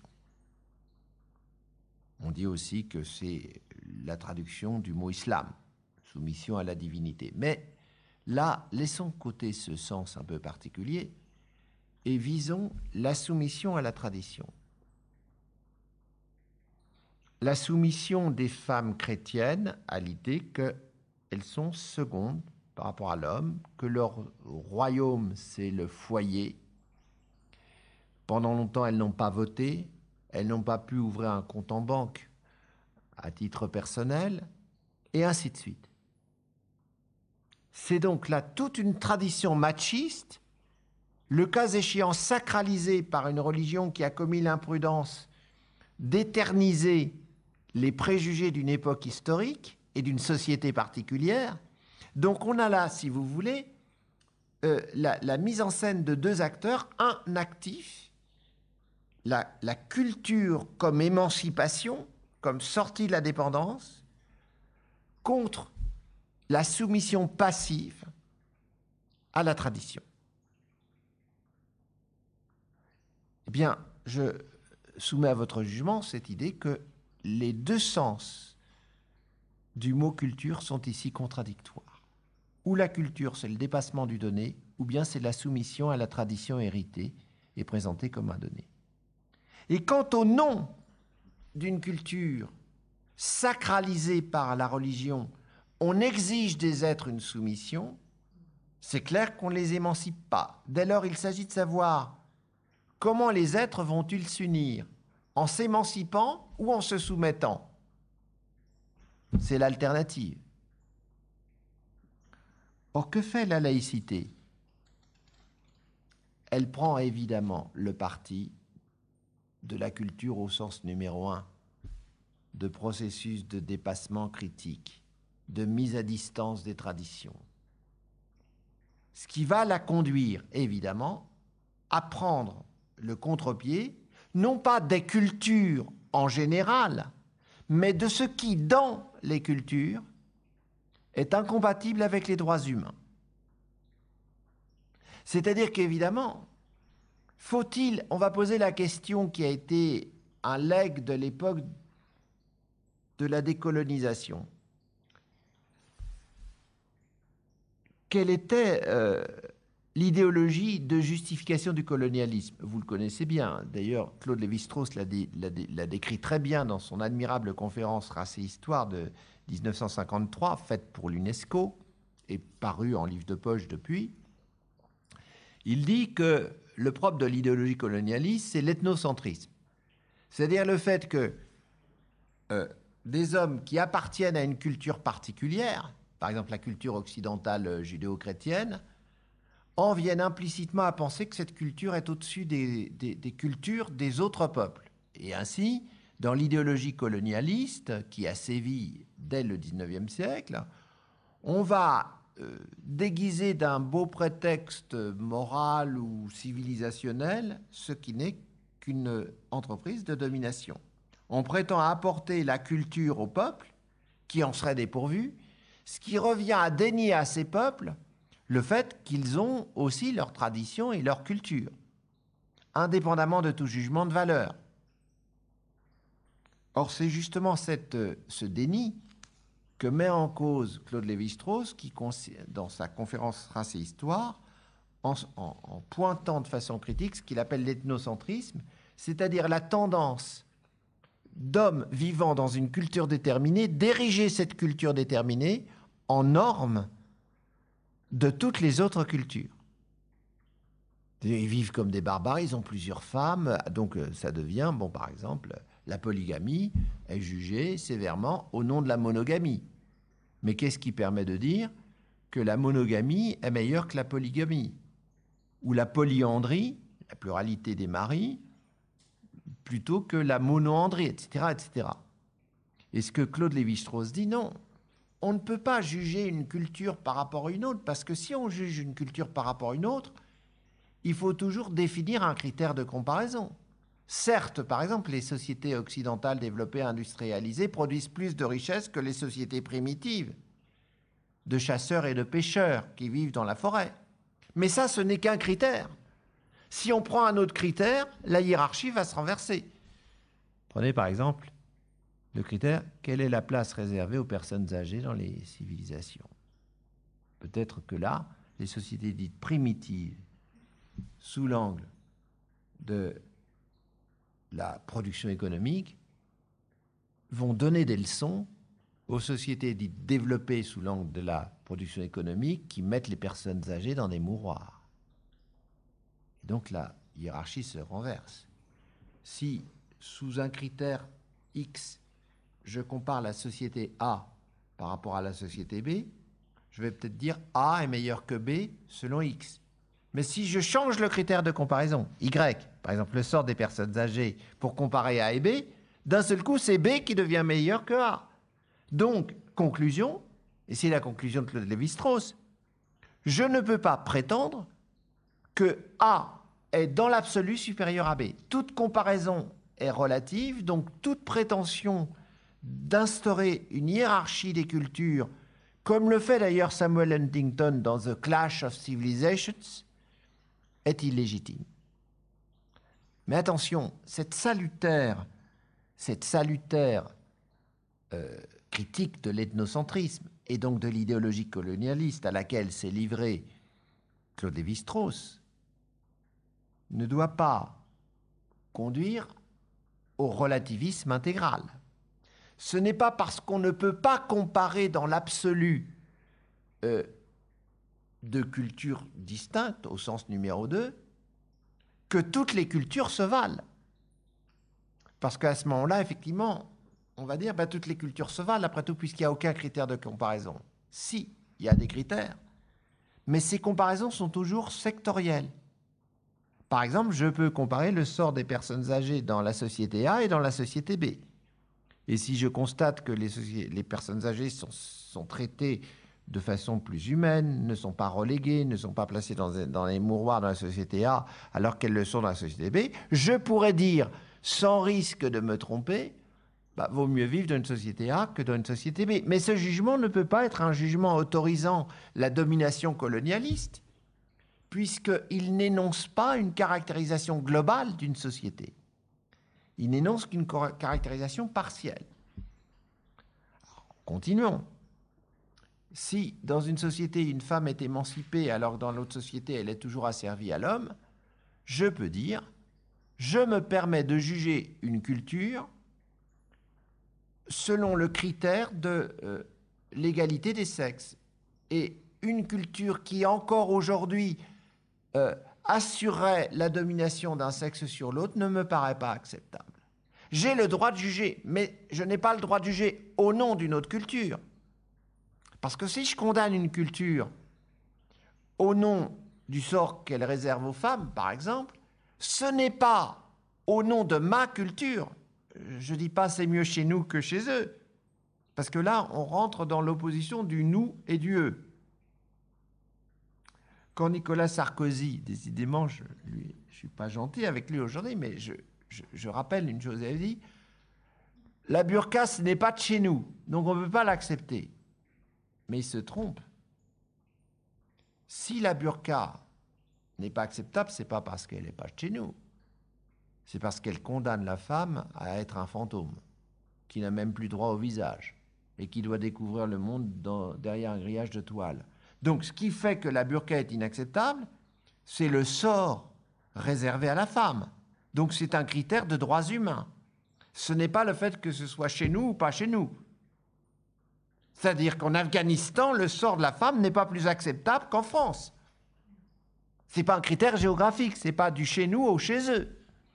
On dit aussi que c'est la traduction du mot islam, soumission à la divinité. Mais là, laissons de côté ce sens un peu particulier et visons la soumission à la tradition. La soumission des femmes chrétiennes à l'idée qu'elles sont secondes par rapport à l'homme, que leur royaume, c'est le foyer. Pendant longtemps, elles n'ont pas voté, elles n'ont pas pu ouvrir un compte en banque à titre personnel, et ainsi de suite. C'est donc là toute une tradition machiste, le cas échéant sacralisée par une religion qui a commis l'imprudence d'éterniser les préjugés d'une époque historique et d'une société particulière. Donc on a là, si vous voulez, la mise en scène de deux acteurs, un actif, la culture comme émancipation, comme sortie de la dépendance, contre la soumission passive à la tradition. Eh bien, je soumets à votre jugement cette idée que les deux sens du mot culture sont ici contradictoires. Ou la culture, c'est le dépassement du donné, ou bien c'est la soumission à la tradition héritée et présentée comme un donné. Et quant au nom d'une culture sacralisée par la religion, on exige des êtres une soumission, c'est clair qu'on ne les émancipe pas. Dès lors, il s'agit de savoir comment les êtres vont-ils s'unir, en s'émancipant ou en se soumettant? C'est l'alternative. Or, que fait la laïcité? Elle prend évidemment le parti de la culture au sens numéro 1, de processus de dépassement critique, de mise à distance des traditions. Ce qui va la conduire, évidemment, à prendre le contre-pied, non pas des cultures en général, mais de ce qui, dans les cultures, est incompatible avec les droits humains. C'est-à-dire qu'évidemment, Faut-il, on va poser la question qui a été un legs de l'époque de la décolonisation. Quelle était l'idéologie de justification du colonialisme? Vous le connaissez bien. D'ailleurs, Claude Lévi-Strauss l'a décrit très bien dans son admirable conférence Race et Histoire de 1953, faite pour l'UNESCO et parue en livre de poche depuis. Il dit que le propre de l'idéologie colonialiste, c'est l'ethnocentrisme. C'est-à-dire le fait que des hommes qui appartiennent à une culture particulière, par exemple la culture occidentale judéo-chrétienne, en viennent implicitement à penser que cette culture est au-dessus des cultures des autres peuples. Et ainsi, dans l'idéologie colonialiste qui a sévi dès le XIXe siècle, on va déguiser d'un beau prétexte moral ou civilisationnel ce qui n'est qu'une entreprise de domination. On prétend apporter la culture au peuple, qui en serait dépourvu, ce qui revient à dénier à ces peuples le fait qu'ils ont aussi leur tradition et leur culture, indépendamment de tout jugement de valeur. Or, c'est justement ce déni que met en cause Claude Lévi-Strauss, qui, dans sa conférence Race et Histoire, en pointant de façon critique ce qu'il appelle l'ethnocentrisme, c'est-à-dire la tendance d'hommes vivant dans une culture déterminée, d'ériger cette culture déterminée en norme de toutes les autres cultures. Ils vivent comme des barbares, ils ont plusieurs femmes, donc ça devient, bon, par exemple, la polygamie est jugée sévèrement au nom de la monogamie. Mais qu'est-ce qui permet de dire que la monogamie est meilleure que la polygamie? Ou la polyandrie, la pluralité des maris, plutôt que la monoandrie, etc., etc. Et ce que Claude Lévi-Strauss dit, non, on ne peut pas juger une culture par rapport à une autre, parce que si on juge une culture par rapport à une autre, il faut toujours définir un critère de comparaison. Certes, par exemple, les sociétés occidentales développées, industrialisées, produisent plus de richesses que les sociétés primitives, de chasseurs et de pêcheurs qui vivent dans la forêt. Mais ça, ce n'est qu'un critère. Si on prend un autre critère, la hiérarchie va se renverser. Prenez par exemple le critère, quelle est la place réservée aux personnes âgées dans les civilisations? Peut-être que là, les sociétés dites primitives, sous l'angle de la production économique, vont donner des leçons aux sociétés dites développées sous l'angle de la production économique qui mettent les personnes âgées dans des mouroirs. Et donc la hiérarchie se renverse. Si, sous un critère X, je compare la société A par rapport à la société B, je vais peut-être dire A est meilleur que B selon X. Mais si je change le critère de comparaison, Y, par exemple le sort des personnes âgées, pour comparer A et B, d'un seul coup, c'est B qui devient meilleur que A. Donc, conclusion, et c'est la conclusion de Claude Lévi-Strauss, je ne peux pas prétendre que A est dans l'absolu supérieur à B. Toute comparaison est relative, donc toute prétention d'instaurer une hiérarchie des cultures, comme le fait d'ailleurs Samuel Huntington dans The Clash of Civilizations, est illégitime. Mais attention, cette salutaire critique de l'ethnocentrisme et donc de l'idéologie colonialiste à laquelle s'est livré Claude Lévi-Strauss ne doit pas conduire au relativisme intégral. Ce n'est pas parce qu'on ne peut pas comparer dans l'absolu de cultures distinctes, au sens numéro 2, que toutes les cultures se valent. Parce qu'à ce moment-là, effectivement, on va dire toutes les cultures se valent, après tout, puisqu'il n'y a aucun critère de comparaison. Si, il y a des critères, mais ces comparaisons sont toujours sectorielles. Par exemple, je peux comparer le sort des personnes âgées dans la société A et dans la société B. Et si je constate que les personnes âgées sont traitées de façon plus humaine, ne sont pas reléguées, ne sont pas placées dans les mouroirs dans la société A, alors qu'elles le sont dans la société B, je pourrais dire, sans risque de me tromper, vaut mieux vivre dans une société A que dans une société B. Mais ce jugement ne peut pas être un jugement autorisant la domination colonialiste, puisqu'il n'énonce pas une caractérisation globale d'une société. Il n'énonce qu'une caractérisation partielle. Alors, continuons. Si dans une société une femme est émancipée alors que dans l'autre société elle est toujours asservie à l'homme, je peux dire, je me permets de juger une culture selon le critère de l'égalité des sexes. Et une culture qui encore aujourd'hui assurerait la domination d'un sexe sur l'autre ne me paraît pas acceptable. J'ai le droit de juger, mais je n'ai pas le droit de juger au nom d'une autre culture. Parce que si je condamne une culture au nom du sort qu'elle réserve aux femmes, par exemple, ce n'est pas au nom de ma culture. Je ne dis pas c'est mieux chez nous que chez eux, parce que là, on rentre dans l'opposition du nous et du eux. Quand Nicolas Sarkozy, décidément, je ne suis pas gentil avec lui aujourd'hui, mais je rappelle une chose, il a dit, la burqa, ce n'est pas de chez nous, donc on ne peut pas l'accepter. Mais il se trompe. Si la burqa n'est pas acceptable, ce n'est pas parce qu'elle n'est pas de chez nous, c'est parce qu'elle condamne la femme à être un fantôme, qui n'a même plus droit au visage, et qui doit découvrir le monde derrière un grillage de toile. Donc, ce qui fait que la burqa est inacceptable, c'est le sort réservé à la femme. Donc, c'est un critère de droits humains. Ce n'est pas le fait que ce soit chez nous ou pas chez nous. C'est-à-dire qu'en Afghanistan, le sort de la femme n'est pas plus acceptable qu'en France. Ce n'est pas un critère géographique, ce n'est pas du chez nous ou chez eux.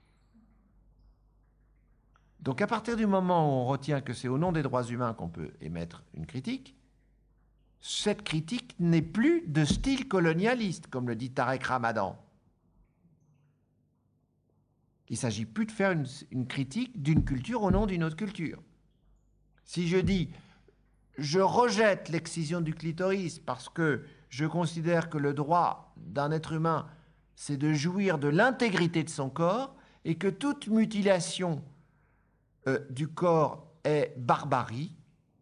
Donc, à partir du moment où on retient que c'est au nom des droits humains qu'on peut émettre une critique, cette critique n'est plus de style colonialiste, comme le dit Tarek Ramadan. Il ne s'agit plus de faire une critique d'une culture au nom d'une autre culture. Si je dis « je rejette l'excision du clitoris parce que je considère que le droit d'un être humain, c'est de jouir de l'intégrité de son corps et que toute mutilation du corps est barbarie »,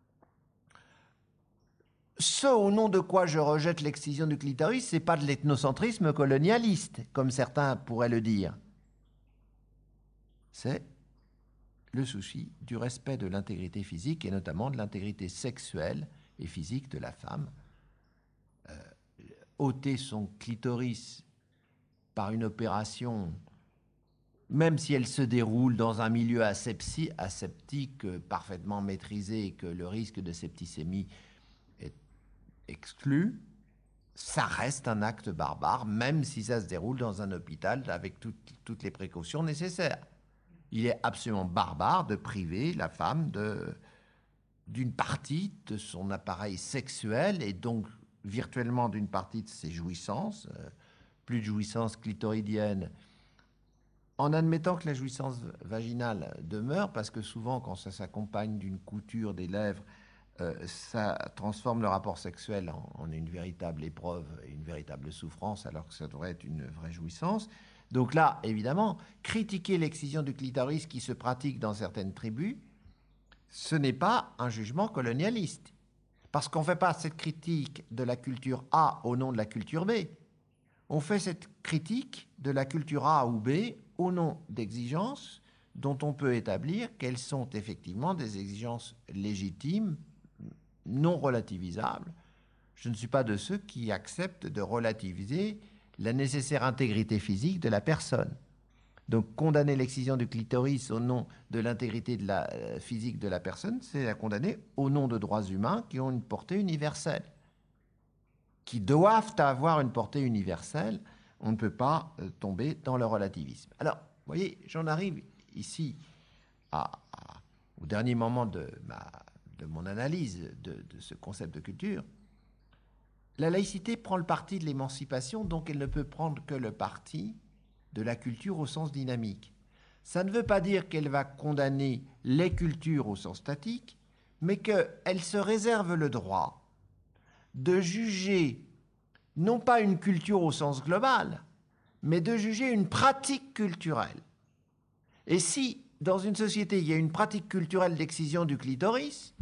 ce au nom de quoi je rejette l'excision du clitoris, ce n'est pas de l'ethnocentrisme colonialiste, comme certains pourraient le dire. C'est le souci du respect de l'intégrité physique et notamment de l'intégrité sexuelle et physique de la femme. Ôter son clitoris par une opération, même si elle se déroule dans un milieu aseptique parfaitement maîtrisé et que le risque de septicémie est exclu, ça reste un acte barbare, même si ça se déroule dans un hôpital avec toutes les précautions nécessaires. Il est absolument barbare de priver la femme d'une partie de son appareil sexuel et donc virtuellement d'une partie de ses jouissances, plus de jouissance clitoridienne, en admettant que la jouissance vaginale demeure, parce que souvent quand ça s'accompagne d'une couture des lèvres, ça transforme le rapport sexuel en une véritable épreuve et une véritable souffrance, alors que ça devrait être une vraie jouissance. Donc là, évidemment, critiquer l'excision du clitoris qui se pratique dans certaines tribus, ce n'est pas un jugement colonialiste. Parce qu'on ne fait pas cette critique de la culture A au nom de la culture B. On fait cette critique de la culture A ou B au nom d'exigences dont on peut établir qu'elles sont effectivement des exigences légitimes, non relativisables. Je ne suis pas de ceux qui acceptent de relativiser la nécessaire intégrité physique de la personne. Donc condamner l'excision du clitoris au nom de l'intégrité de la physique de la personne, c'est la condamner au nom de droits humains qui ont une portée universelle, qui doivent avoir une portée universelle. On ne peut pas tomber dans le relativisme. Alors, vous voyez, j'en arrive ici au dernier moment de mon analyse de ce concept de culture. La laïcité prend le parti de l'émancipation, donc elle ne peut prendre que le parti de la culture au sens dynamique. Ça ne veut pas dire qu'elle va condamner les cultures au sens statique, mais qu'elle se réserve le droit de juger non pas une culture au sens global, mais de juger une pratique culturelle. Et si, dans une société, il y a une pratique culturelle d'excision du clitoris,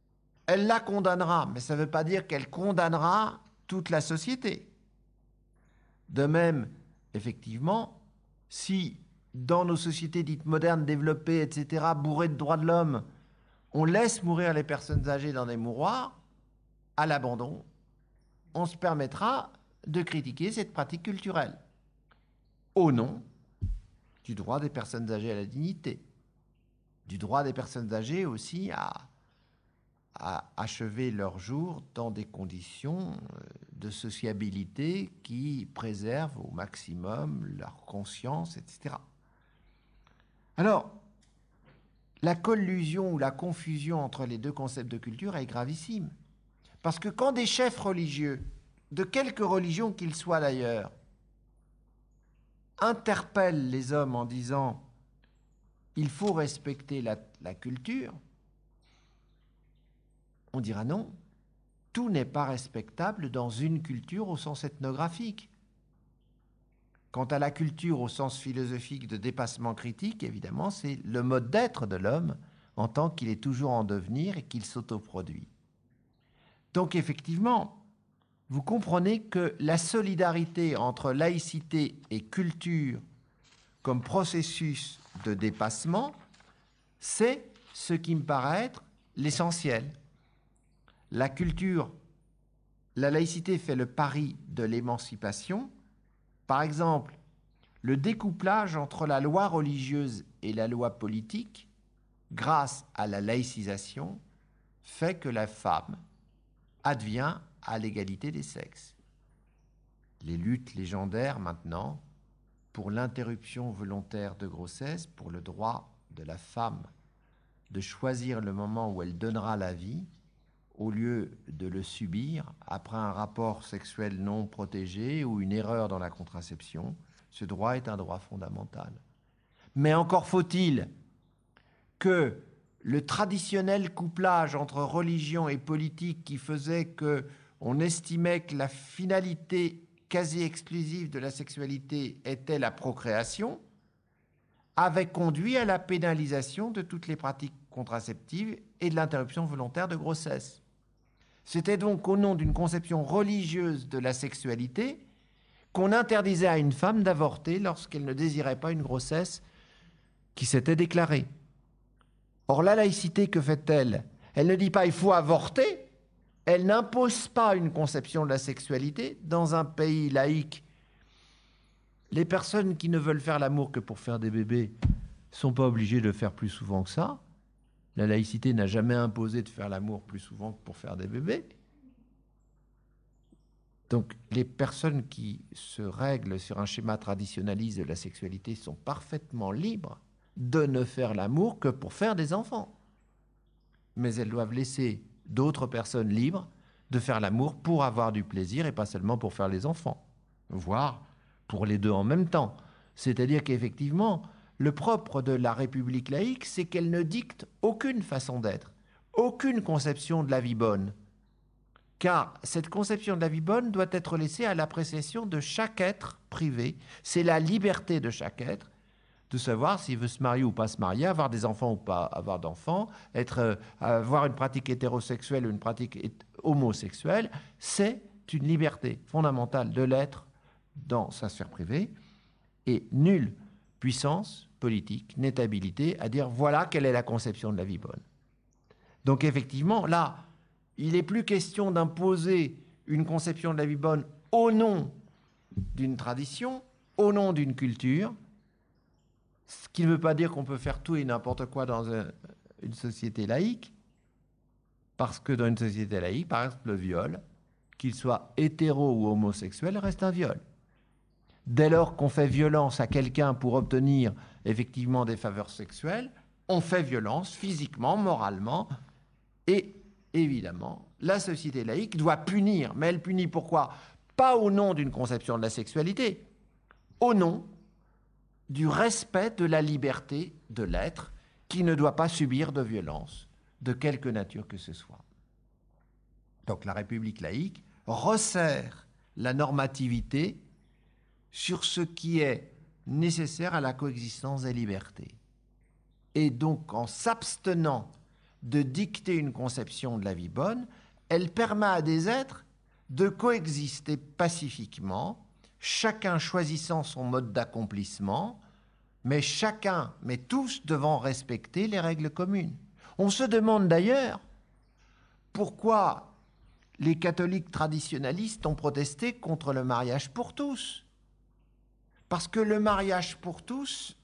elle la condamnera, mais ça ne veut pas dire qu'elle condamnera toute la société. De même, effectivement, si dans nos sociétés dites modernes, développées, etc., bourrées de droits de l'homme, on laisse mourir les personnes âgées dans des mouroirs, à l'abandon, on se permettra de critiquer cette pratique culturelle, au nom du droit des personnes âgées à la dignité, du droit des personnes âgées aussi à achever leurs jours dans des conditions de sociabilité qui préservent au maximum leur conscience, etc. Alors, la collusion ou la confusion entre les deux concepts de culture est gravissime. Parce que quand des chefs religieux, de quelque religion qu'ils soient d'ailleurs, interpellent les hommes en disant « il faut respecter la culture », on dira non, tout n'est pas respectable dans une culture au sens ethnographique. Quant à la culture au sens philosophique de dépassement critique, évidemment, c'est le mode d'être de l'homme en tant qu'il est toujours en devenir et qu'il s'autoproduit. Donc effectivement, vous comprenez que la solidarité entre laïcité et culture comme processus de dépassement, c'est ce qui me paraît être l'essentiel. La culture, la laïcité fait le pari de l'émancipation. Par exemple, le découplage entre la loi religieuse et la loi politique, grâce à la laïcisation, fait que la femme advient à l'égalité des sexes. Les luttes légendaires maintenant pour l'interruption volontaire de grossesse, pour le droit de la femme de choisir le moment où elle donnera la vie, au lieu de le subir après un rapport sexuel non protégé ou une erreur dans la contraception, ce droit est un droit fondamental. Mais encore faut-il que le traditionnel couplage entre religion et politique qui faisait qu'on estimait que la finalité quasi exclusive de la sexualité était la procréation, avait conduit à la pénalisation de toutes les pratiques contraceptives et de l'interruption volontaire de grossesse. C'était donc au nom d'une conception religieuse de la sexualité qu'on interdisait à une femme d'avorter lorsqu'elle ne désirait pas une grossesse qui s'était déclarée. Or, la laïcité, que fait-elle? Elle ne dit pas « il faut avorter », elle n'impose pas une conception de la sexualité. Dans un pays laïque, les personnes qui ne veulent faire l'amour que pour faire des bébés ne sont pas obligées de le faire plus souvent que ça. La laïcité n'a jamais imposé de faire l'amour plus souvent que pour faire des bébés. Donc, les personnes qui se règlent sur un schéma traditionnaliste de la sexualité sont parfaitement libres de ne faire l'amour que pour faire des enfants. Mais elles doivent laisser d'autres personnes libres de faire l'amour pour avoir du plaisir et pas seulement pour faire les enfants, voire pour les deux en même temps. C'est-à-dire qu'effectivement, le propre de la République laïque, c'est qu'elle ne dicte aucune façon d'être, aucune conception de la vie bonne. Car cette conception de la vie bonne doit être laissée à l'appréciation de chaque être privé. C'est la liberté de chaque être de savoir s'il veut se marier ou pas se marier, avoir des enfants ou pas avoir d'enfants, avoir une pratique hétérosexuelle ou une pratique homosexuelle. C'est une liberté fondamentale de l'être dans sa sphère privée. Et nulle puissance politique n'est habilitée à dire voilà quelle est la conception de la vie bonne. Donc effectivement, là, il n'est plus question d'imposer une conception de la vie bonne au nom d'une tradition, au nom d'une culture, ce qui ne veut pas dire qu'on peut faire tout et n'importe quoi dans une société laïque, parce que dans une société laïque, par exemple, le viol, qu'il soit hétéro ou homosexuel, reste un viol. Dès lors qu'on fait violence à quelqu'un pour obtenir effectivement des faveurs sexuelles, on fait violence physiquement, moralement, et évidemment, la société laïque doit punir. Mais elle punit pourquoi? Pas au nom d'une conception de la sexualité, au nom du respect de la liberté de l'être qui ne doit pas subir de violence, de quelque nature que ce soit. Donc la République laïque resserre la normativité sur ce qui est nécessaire à la coexistence des libertés. Et donc, en s'abstenant de dicter une conception de la vie bonne, elle permet à des êtres de coexister pacifiquement, chacun choisissant son mode d'accomplissement, mais tous devant respecter les règles communes. On se demande d'ailleurs pourquoi les catholiques traditionnalistes ont protesté contre le mariage pour tous. Parce que le mariage pour tous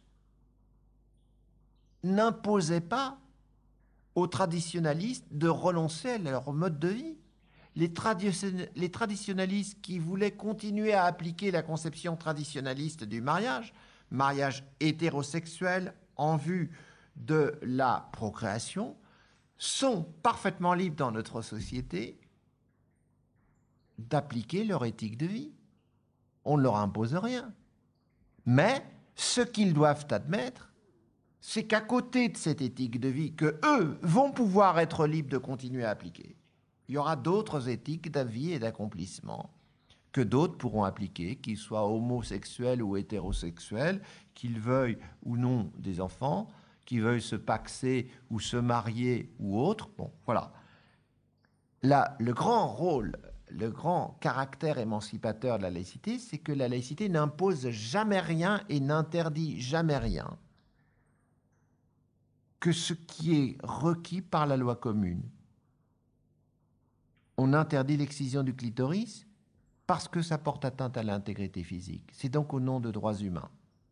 n'imposait pas aux traditionalistes de renoncer à leur mode de vie. Les traditionalistes qui voulaient continuer à appliquer la conception traditionnaliste du mariage hétérosexuel en vue de la procréation, sont parfaitement libres dans notre société d'appliquer leur éthique de vie. On ne leur impose rien. Mais ce qu'ils doivent admettre, c'est qu'à côté de cette éthique de vie que eux vont pouvoir être libres de continuer à appliquer, il y aura d'autres éthiques de vie et d'accomplissement que d'autres pourront appliquer, qu'ils soient homosexuels ou hétérosexuels, qu'ils veuillent ou non des enfants, qu'ils veuillent se paxer ou se marier ou autre. Bon, voilà. Là, le grand rôle, le grand caractère émancipateur de la laïcité, c'est que la laïcité n'impose jamais rien et n'interdit jamais rien que ce qui est requis par la loi commune. On interdit l'excision du clitoris parce que ça porte atteinte à l'intégrité physique. C'est donc au nom de droits humains.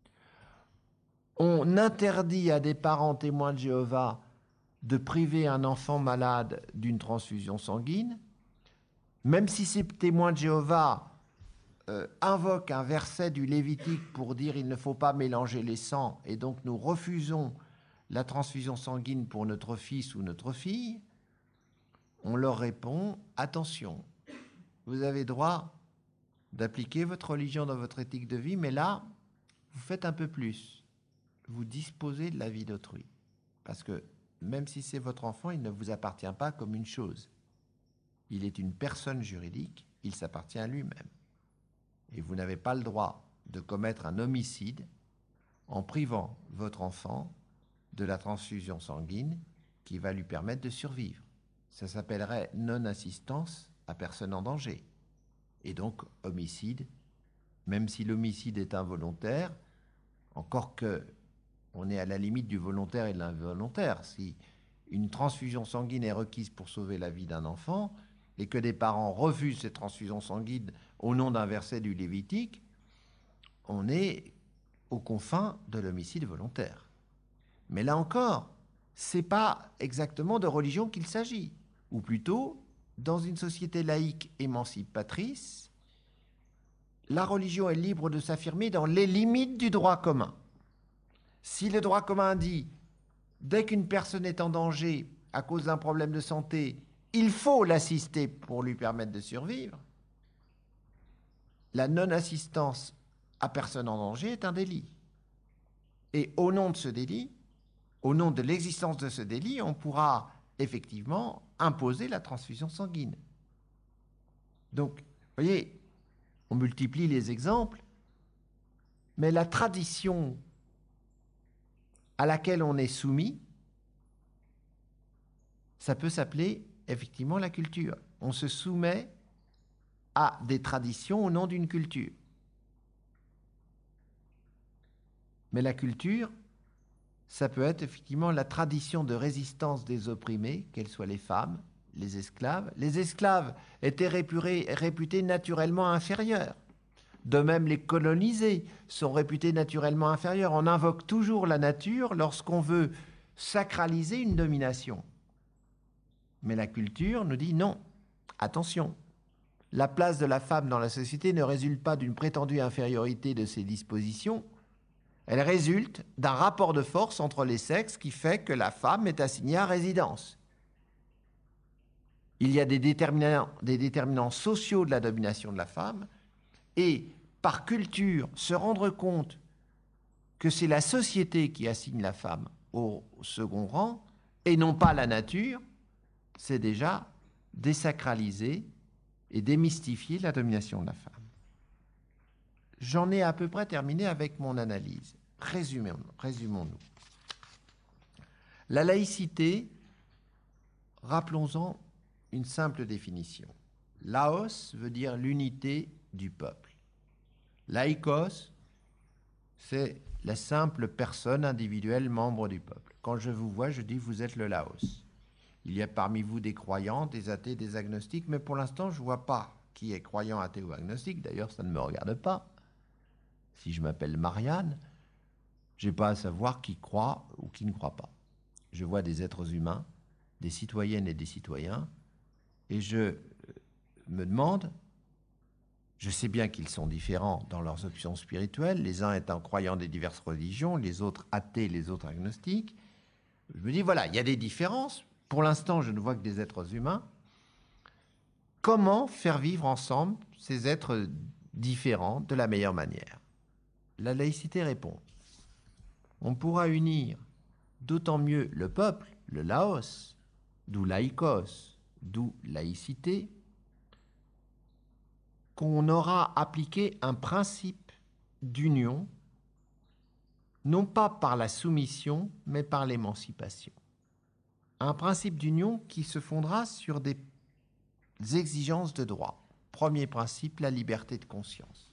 On interdit à des parents témoins de Jéhovah de priver un enfant malade d'une transfusion sanguine, même si ces témoins de Jéhovah invoquent un verset du Lévitique pour dire il ne faut pas mélanger les sangs, et donc nous refusons la transfusion sanguine pour notre fils ou notre fille, on leur répond attention, vous avez droit d'appliquer votre religion dans votre éthique de vie, mais là, vous faites un peu plus. Vous disposez de la vie d'autrui. Parce que même si c'est votre enfant, il ne vous appartient pas comme une chose. Il est une personne juridique, il s'appartient à lui-même. Et vous n'avez pas le droit de commettre un homicide en privant votre enfant de la transfusion sanguine qui va lui permettre de survivre. Ça s'appellerait non-assistance à personne en danger. Et donc homicide, même si l'homicide est involontaire, encore que on est à la limite du volontaire et de l'involontaire. Si une transfusion sanguine est requise pour sauver la vie d'un enfant et que des parents refusent cette transfusion sanguine au nom d'un verset du Lévitique, on est aux confins de l'homicide volontaire. Mais là encore, ce n'est pas exactement de religion qu'il s'agit, ou plutôt, dans une société laïque émancipatrice, la religion est libre de s'affirmer dans les limites du droit commun. Si le droit commun dit, dès qu'une personne est en danger à cause d'un problème de santé, il faut l'assister pour lui permettre de survivre, la non-assistance à personne en danger est un délit. Et au nom de ce délit, au nom de l'existence de ce délit, on pourra effectivement imposer la transfusion sanguine. Donc, vous voyez, on multiplie les exemples, mais la tradition à laquelle on est soumis, ça peut s'appeler effectivement la culture. On se soumet à des traditions au nom d'une culture. Mais la culture, ça peut être effectivement la tradition de résistance des opprimés, qu'elles soient les femmes, les esclaves. Les esclaves étaient réputés naturellement inférieurs. De même, les colonisés sont réputés naturellement inférieurs. On invoque toujours la nature lorsqu'on veut sacraliser une domination. Mais la culture nous dit non, attention. La place de la femme dans la société ne résulte pas d'une prétendue infériorité de ses dispositions. Elle résulte d'un rapport de force entre les sexes qui fait que la femme est assignée à résidence. Il y a des déterminants sociaux de la domination de la femme, et par culture, se rendre compte que c'est la société qui assigne la femme au second rang et non pas la nature, c'est déjà désacraliser et démystifier la domination de la femme. J'en ai à peu près terminé avec mon analyse. Résumons-nous. La laïcité, rappelons-en une simple définition. Laos veut dire l'unité du peuple. Laïkos, c'est la simple personne individuelle membre du peuple. Quand je vous vois, je dis vous êtes le Laos. Il y a parmi vous des croyants, des athées, des agnostiques, mais pour l'instant, je ne vois pas qui est croyant, athée ou agnostique. D'ailleurs, ça ne me regarde pas. Si je m'appelle Marianne, je n'ai pas à savoir qui croit ou qui ne croit pas. Je vois des êtres humains, des citoyennes et des citoyens, et je me demande, je sais bien qu'ils sont différents dans leurs options spirituelles, les uns étant croyants des diverses religions, les autres athées, les autres agnostiques. Je me dis, voilà, il y a des différences. Pour l'instant, je ne vois que des êtres humains. Comment faire vivre ensemble ces êtres différents de la meilleure manière? La laïcité répond, on pourra unir d'autant mieux le peuple, le Laos, d'où laïkos, d'où laïcité, qu'on aura appliqué un principe d'union, non pas par la soumission, mais par l'émancipation. Un principe d'union qui se fondera sur des exigences de droit. Premier principe, la liberté de conscience.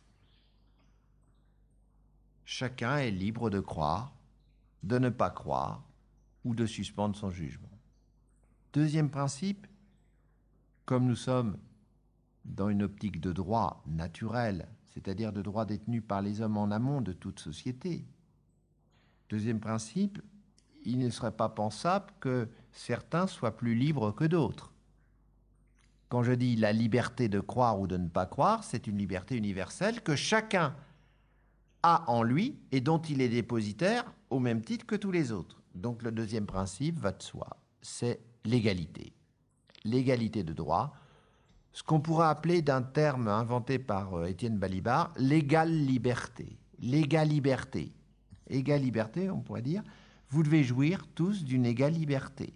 Chacun est libre de croire, de ne pas croire ou de suspendre son jugement. Deuxième principe, comme nous sommes dans une optique de droit naturel, c'est-à-dire de droit détenu par les hommes en amont de toute société. Deuxième principe, il ne serait pas pensable que certains soient plus libres que d'autres. Quand je dis la liberté de croire ou de ne pas croire, c'est une liberté universelle que chacun a en lui et dont il est dépositaire au même titre que tous les autres. Donc le deuxième principe va de soi, c'est l'égalité. L'égalité de droit, ce qu'on pourrait appeler d'un terme inventé par Étienne Balibar, l'égale liberté. L'égale liberté. Égale liberté, on pourrait dire, vous devez jouir tous d'une égale liberté.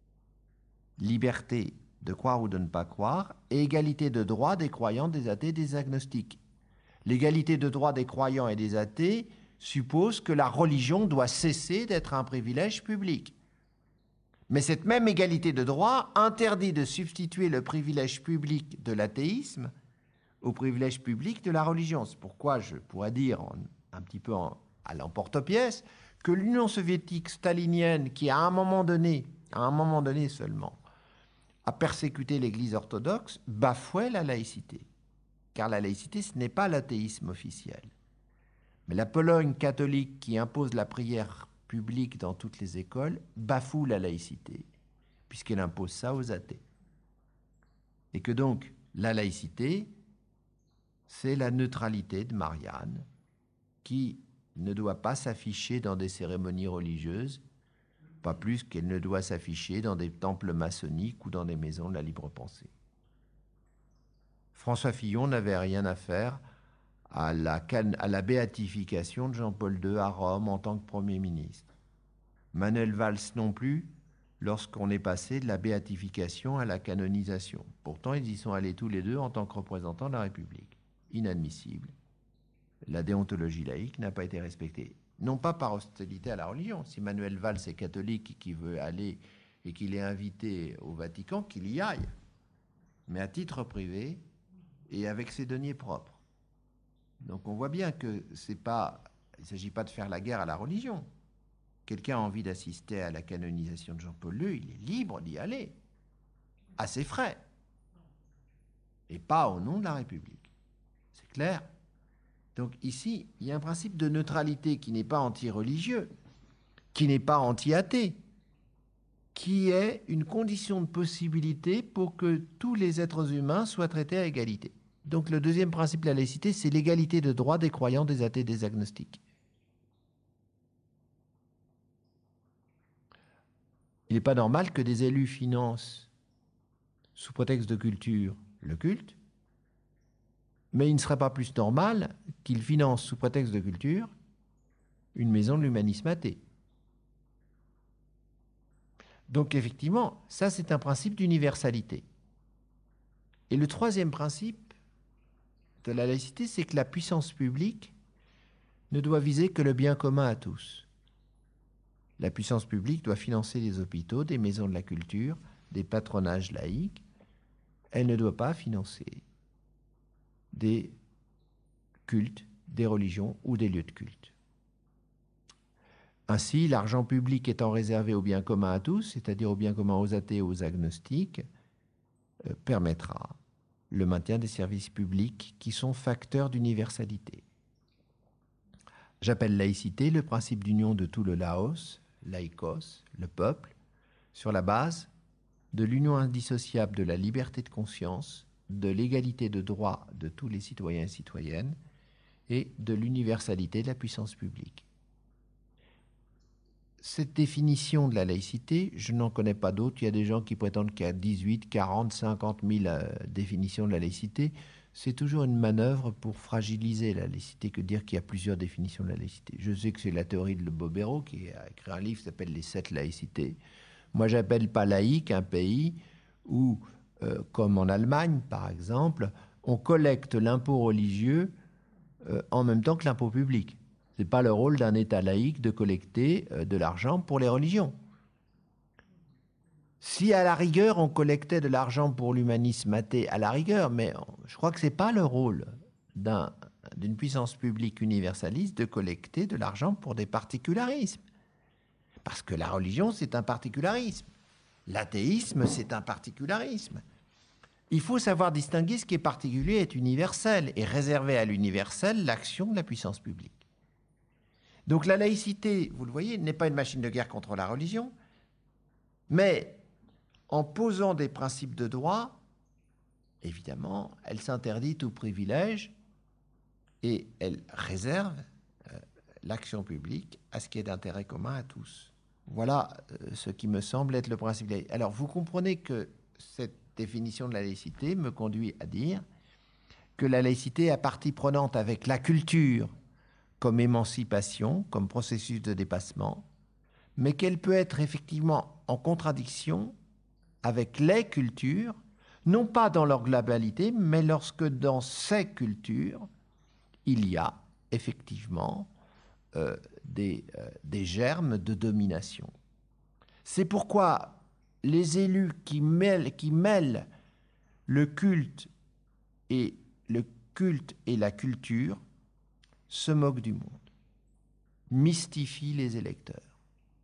Liberté de croire ou de ne pas croire, et égalité de droit des croyants, des athées, des agnostiques. L'égalité de droit des croyants et des athées suppose que la religion doit cesser d'être un privilège public. Mais cette même égalité de droit interdit de substituer le privilège public de l'athéisme au privilège public de la religion. C'est pourquoi je pourrais dire, un petit peu à l'emporte-pièce, que l'Union soviétique stalinienne, qui à un moment donné seulement, a persécuté l'Église orthodoxe, bafouait la laïcité. Car la laïcité, ce n'est pas l'athéisme officiel. Mais la Pologne catholique qui impose la prière publique dans toutes les écoles bafoue la laïcité, puisqu'elle impose ça aux athées. Et que donc, la laïcité, c'est la neutralité de Marianne, qui ne doit pas s'afficher dans des cérémonies religieuses, pas plus qu'elle ne doit s'afficher dans des temples maçonniques ou dans des maisons de la libre pensée. François Fillon n'avait rien à faire à la béatification de Jean-Paul II à Rome en tant que Premier ministre. Manuel Valls non plus, lorsqu'on est passé de la béatification à la canonisation. Pourtant, ils y sont allés tous les deux en tant que représentants de la République. Inadmissible. La déontologie laïque n'a pas été respectée. Non pas par hostilité à la religion. Si Manuel Valls est catholique et qu'il veut aller et qu'il est invité au Vatican, qu'il y aille. Mais à titre privé et avec ses deniers propres. Donc on voit bien que il ne s'agit pas de faire la guerre à la religion. Quelqu'un a envie d'assister à la canonisation de Jean-Paul II, il est libre d'y aller, à ses frais, et pas au nom de la République. C'est clair. Donc ici, il y a un principe de neutralité qui n'est pas anti-religieux, qui n'est pas anti-athée, qui est une condition de possibilité pour que tous les êtres humains soient traités à égalité. Donc le deuxième principe de la laïcité, c'est l'égalité de droit des croyants, des athées, des agnostiques. Il n'est pas normal que des élus financent, sous prétexte de culture, le culte, mais il ne serait pas plus normal qu'ils financent, sous prétexte de culture, une maison de l'humanisme athée. Donc effectivement, ça c'est un principe d'universalité. Et le troisième principe de la laïcité, c'est que la puissance publique ne doit viser que le bien commun à tous. La puissance publique doit financer des hôpitaux, des maisons de la culture, des patronages laïques. Elle ne doit pas financer des cultes des religions ou des lieux de culte. Ainsi, l'argent public étant réservé au bien commun à tous, c'est-à-dire au bien commun aux athées et aux agnostiques, permettra le maintien des services publics qui sont facteurs d'universalité. J'appelle laïcité le principe d'union de tout le laos, laïkos, le peuple, sur la base de l'union indissociable de la liberté de conscience, de l'égalité de droits de tous les citoyens et citoyennes et de l'universalité de la puissance publique. Cette définition de la laïcité, je n'en connais pas d'autres. Il y a des gens qui prétendent qu'il y a 18, 40, 50 000 définitions de la laïcité. C'est toujours une manœuvre pour fragiliser la laïcité que de dire qu'il y a plusieurs définitions de la laïcité. Je sais que c'est la théorie de Bobéro qui a écrit un livre qui s'appelle « Les 7 laïcités ». Moi, j'appelle pas laïque un pays où, comme en Allemagne par exemple, on collecte l'impôt religieux en même temps que l'impôt public. Ce n'est pas le rôle d'un État laïque de collecter de l'argent pour les religions. Si à la rigueur on collectait de l'argent pour l'humanisme athée, à la rigueur, mais je crois que ce n'est pas le rôle d'une puissance publique universaliste de collecter de l'argent pour des particularismes. Parce que la religion, c'est un particularisme. L'athéisme, c'est un particularisme. Il faut savoir distinguer ce qui est particulier et universel, et réserver à l'universel l'action de la puissance publique. Donc la laïcité, vous le voyez, n'est pas une machine de guerre contre la religion, mais en posant des principes de droit, évidemment, elle s'interdit tout privilège et elle réserve l'action publique à ce qui est d'intérêt commun à tous. Voilà ce qui me semble être le principe. Alors vous comprenez que cette définition de la laïcité me conduit à dire que la laïcité est partie prenante avec la culture comme émancipation, comme processus de dépassement, mais qu'elle peut être effectivement en contradiction avec les cultures, non pas dans leur globalité, mais lorsque dans ces cultures, il y a effectivement des germes de domination. C'est pourquoi les élus qui mêlent le culte et la culture se moquent du monde, mystifient les électeurs.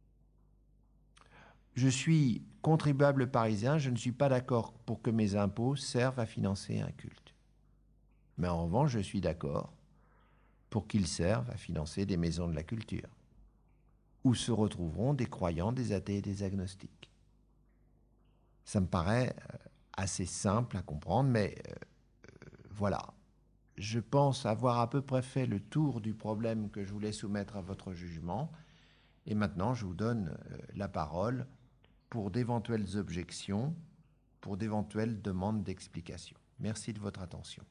Je suis contribuable parisien, je ne suis pas d'accord pour que mes impôts servent à financer un culte. Mais en revanche, je suis d'accord pour qu'ils servent à financer des maisons de la culture, où se retrouveront des croyants, des athées et des agnostiques. Ça me paraît assez simple à comprendre, mais voilà. Je pense avoir à peu près fait le tour du problème que je voulais soumettre à votre jugement. Et maintenant, je vous donne la parole pour d'éventuelles objections, pour d'éventuelles demandes d'explication. Merci de votre attention.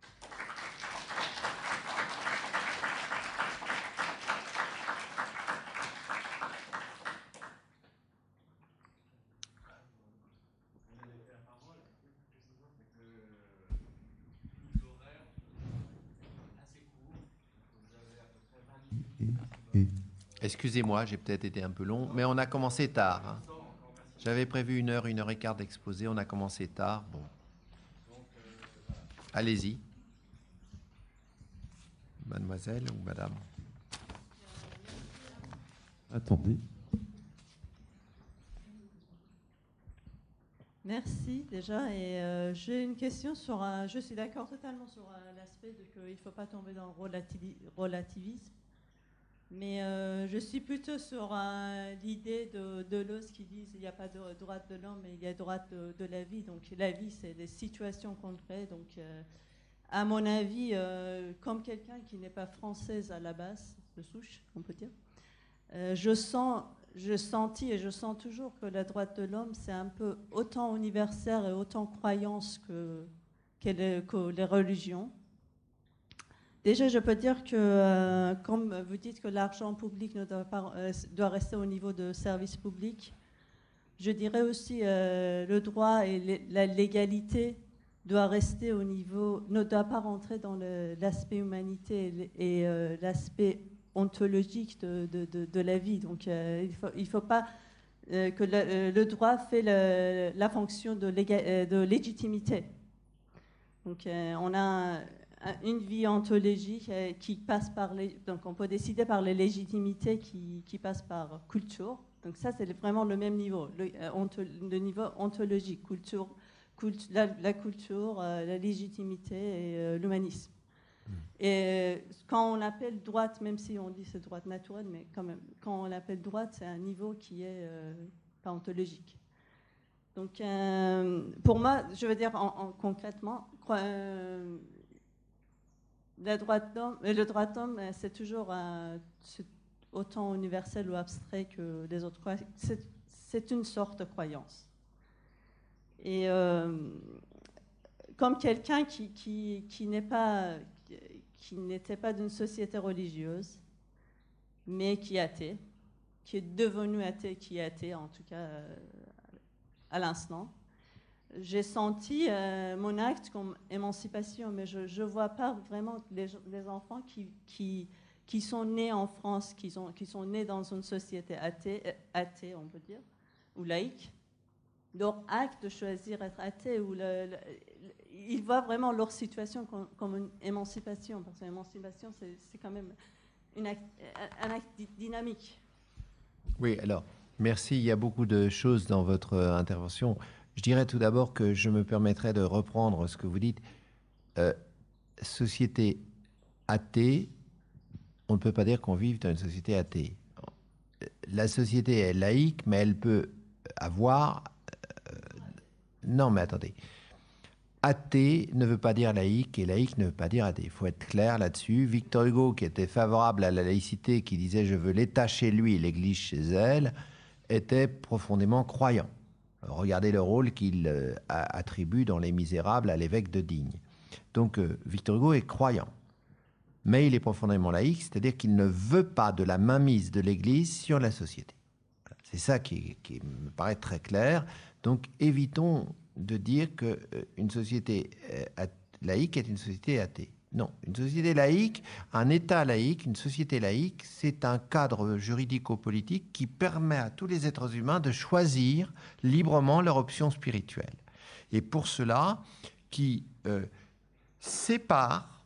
Excusez-moi, j'ai peut-être été un peu long, mais on a commencé tard. Hein. J'avais prévu 1h et quart d'exposé, on a commencé tard. Bon. Allez-y. Mademoiselle ou madame? Attendez. Merci déjà. Et j'ai une question sur je suis d'accord totalement sur l'aspect de qu'il ne faut pas tomber dans le relativisme. Mais je suis plutôt sur l'idée de Deleuze qui dit qu'il n'y a pas de droit de l'homme, mais il y a droit de la vie. Donc la vie, c'est des situations qu'on crée. Donc à mon avis, comme quelqu'un qui n'est pas française à la base, de souche, on peut dire, je sentis et je sens toujours que la droite de l'homme, c'est un peu autant universel et autant croyance que les religions. Déjà, je peux dire que, comme vous dites que l'argent public ne doit rester au niveau de services publics, je dirais aussi le droit et la légalité doit rester au niveau, ne doit pas rentrer dans l'aspect humanité et l'aspect ontologique de la vie. Donc, il faut pas que le droit fait la fonction de légitimité. Donc, on a une vie ontologique qui passe par les... Donc on peut décider par les légitimités qui passent par culture. Donc ça, c'est vraiment le même niveau, le niveau ontologique, la culture, la légitimité et l'humanisme. Et quand on appelle droite, même si on dit c'est droite naturelle, mais quand même, quand on appelle droite, c'est un niveau qui est pas ontologique. Donc, pour moi, je veux dire concrètement, le droit d'homme, c'est toujours c'est autant universel ou abstrait que les autres. C'est une sorte de croyance. Et comme quelqu'un qui n'était pas d'une société religieuse, mais qui est athée, qui est devenu athée, qui est athée en tout cas à l'instant, j'ai senti mon acte comme émancipation, mais je ne vois pas vraiment les enfants qui sont nés en France, qui sont nés dans une société athée, on peut dire, ou laïque. Leur acte de choisir être athée, ils voient vraiment leur situation comme une émancipation, parce que l'émancipation, c'est quand même un acte dynamique. Oui, alors, merci. Il y a beaucoup de choses dans votre intervention. Je dirais tout d'abord que je me permettrai de reprendre ce que vous dites. Société athée, on ne peut pas dire qu'on vive dans une société athée. La société est laïque, mais elle peut avoir... non, mais attendez. Athée ne veut pas dire laïque et laïque ne veut pas dire athée. Il faut être clair là-dessus. Victor Hugo, qui était favorable à la laïcité, qui disait « je veux l'État chez lui et l'Église chez elle », était profondément croyant. Regardez le rôle qu'il attribue dans Les Misérables à l'évêque de Digne. Donc Victor Hugo est croyant, mais il est profondément laïque, c'est-à-dire qu'il ne veut pas de la mainmise de l'Église sur la société. Voilà. C'est ça qui me paraît très clair. Donc évitons de dire qu'une société laïque est une société athée. Non, une société laïque, un État laïque, une société laïque, c'est un cadre juridico-politique qui permet à tous les êtres humains de choisir librement leur option spirituelle. Et pour cela, qui sépare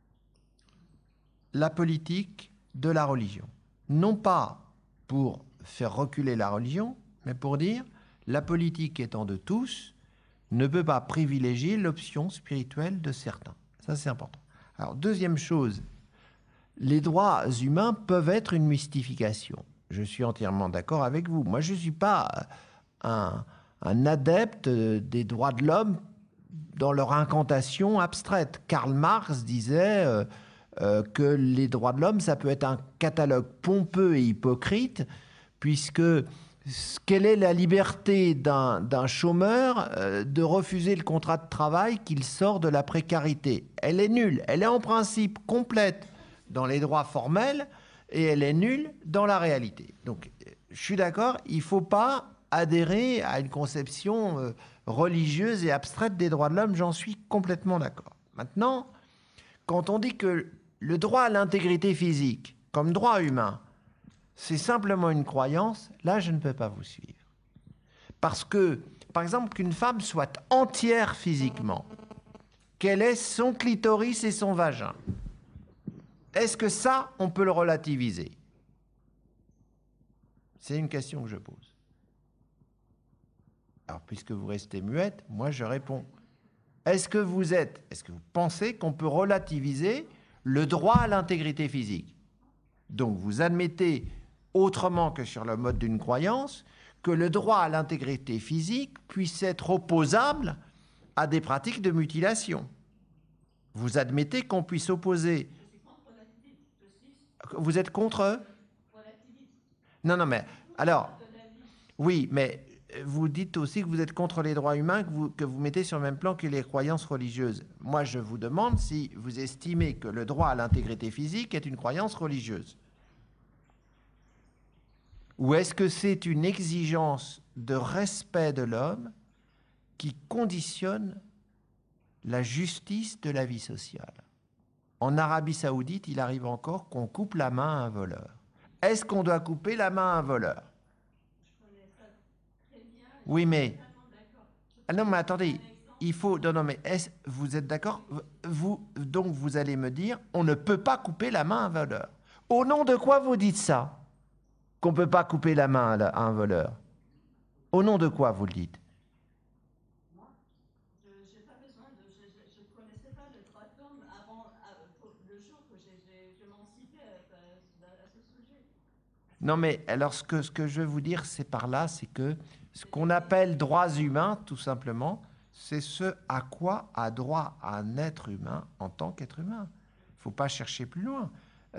la politique de la religion. Non pas pour faire reculer la religion, mais pour dire la politique étant de tous, ne peut pas privilégier l'option spirituelle de certains. Ça, c'est important. Alors, deuxième chose, les droits humains peuvent être une mystification. Je suis entièrement d'accord avec vous. Moi, je ne suis pas un adepte des droits de l'homme dans leur incantation abstraite. Karl Marx disait que les droits de l'homme, ça peut être un catalogue pompeux et hypocrite, puisque quelle est la liberté d'un chômeur de refuser le contrat de travail qu'il sort de la précarité? Elle est nulle. Elle est en principe complète dans les droits formels et elle est nulle dans la réalité. Donc, je suis d'accord, il ne faut pas adhérer à une conception religieuse et abstraite des droits de l'homme, j'en suis complètement d'accord. Maintenant, quand on dit que le droit à l'intégrité physique, comme droit humain, c'est simplement une croyance, là, je ne peux pas vous suivre. Parce que, par exemple, qu'une femme soit entière physiquement, qu'elle ait son clitoris et son vagin, est-ce que ça, on peut le relativiser? C'est une question que je pose. Alors, puisque vous restez muette, moi, je réponds. Est-ce que vous pensez qu'on peut relativiser le droit à l'intégrité physique? Donc, vous admettez, autrement que sur le mode d'une croyance, que le droit à l'intégrité physique puisse être opposable à des pratiques de mutilation. Vous admettez qu'on puisse opposer... Vous êtes contre? Non, mais... Alors, oui, mais vous dites aussi que vous êtes contre les droits humains que vous mettez sur le même plan que les croyances religieuses. Moi, je vous demande si vous estimez que le droit à l'intégrité physique est une croyance religieuse. Ou est-ce que c'est une exigence de respect de l'homme qui conditionne la justice de la vie sociale? En Arabie Saoudite, il arrive encore qu'on coupe la main à un voleur. Est-ce qu'on doit couper la main à un voleur? Oui, mais... Ah non, mais attendez. il faut... Non, non, mais vous êtes d'accord? Donc, vous allez me dire, on ne peut pas couper la main à un voleur. Au nom de quoi vous dites ça? Qu'on ne peut pas couper la main à un voleur? Au nom de quoi vous le dites? J'ai pas besoin de. Je ne connaissais pas le droit de l'homme avant le jour que je m'émancipais à ce sujet. Non, mais alors ce que je veux vous dire, c'est par là, c'est que ce qu'on appelle droits humains, tout simplement, c'est ce à quoi a droit un être humain en tant qu'être humain. Il ne faut pas chercher plus loin.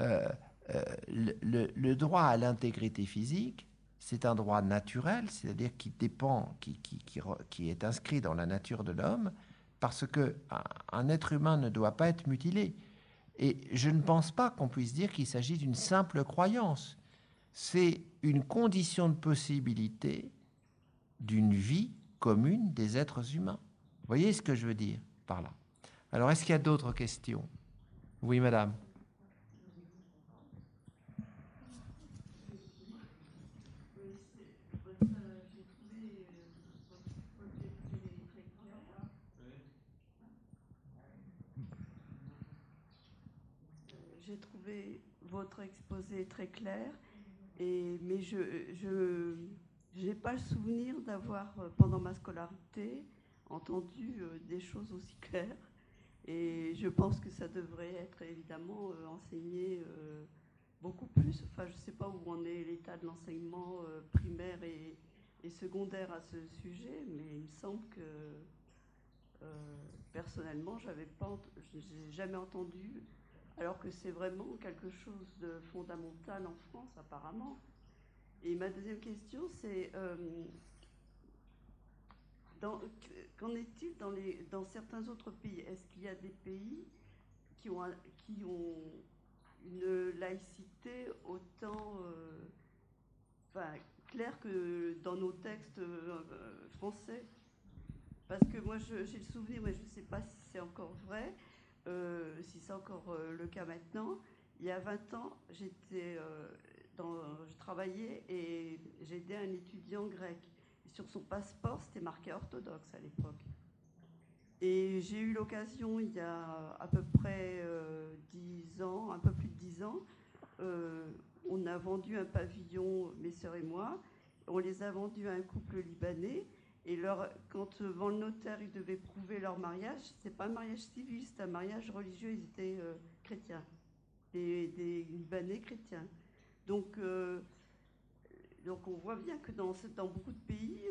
Le droit à l'intégrité physique, c'est un droit naturel, c'est-à-dire qui dépend, qui est inscrit dans la nature de l'homme, parce qu'un être humain ne doit pas être mutilé. Et je ne pense pas qu'on puisse dire qu'il s'agit d'une simple croyance. C'est une condition de possibilité d'une vie commune des êtres humains. Vous voyez ce que je veux dire par là? Alors, est-ce qu'il y a d'autres questions? Oui, madame. J'ai trouvé votre exposé très clair, mais je n'ai pas le souvenir d'avoir, pendant ma scolarité, entendu des choses aussi claires. Et je pense que ça devrait être évidemment enseigné beaucoup plus. Enfin, je ne sais pas où en est l'état de l'enseignement primaire et secondaire à ce sujet, mais il me semble que personnellement, je n'ai jamais entendu, alors que c'est vraiment quelque chose de fondamental en France, apparemment. Et ma deuxième question, c'est qu'en est-il dans certains autres pays? Est-ce qu'il y a des pays qui ont une laïcité autant claire que dans nos textes français? Parce que moi, j'ai le souvenir, mais je ne sais pas si c'est encore vrai, si c'est encore le cas maintenant. Il y a 20 ans, je travaillais et j'aidais un étudiant grec. Sur son passeport, c'était marqué orthodoxe à l'époque. Et j'ai eu l'occasion, il y a à peu près 10 ans, un peu plus de 10 ans, on a vendu un pavillon, mes sœurs et moi, on les a vendus à un couple libanais. Et quand devant le notaire, ils devaient prouver leur mariage, c'est pas un mariage civil, c'est un mariage religieux, ils étaient chrétiens, des Libanais chrétiens. Donc on voit bien que dans beaucoup de pays,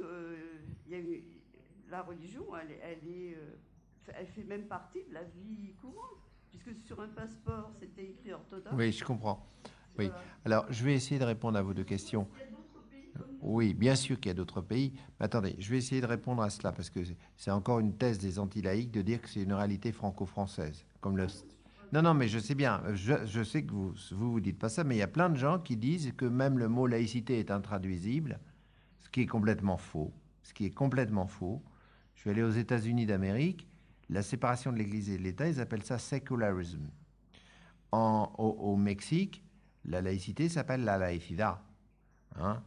la religion, elle fait même partie de la vie courante, puisque sur un passeport, c'était écrit orthodoxe. Oui, je comprends. Oui. Voilà. Alors, je vais essayer de répondre à vos deux questions. Oui, bien sûr qu'il y a d'autres pays. Mais attendez, je vais essayer de répondre à cela parce que c'est encore une thèse des anti-laïcs de dire que c'est une réalité franco-française. Non, non, mais je sais bien. Je sais que vous dites pas ça, mais il y a plein de gens qui disent que même le mot laïcité est intraduisible, ce qui est complètement faux. Ce qui est complètement faux. Je suis allé aux États-Unis d'Amérique. La séparation de l'Église et de l'État, ils appellent ça secularism. Au Mexique, la laïcité s'appelle la laïcida. Hein?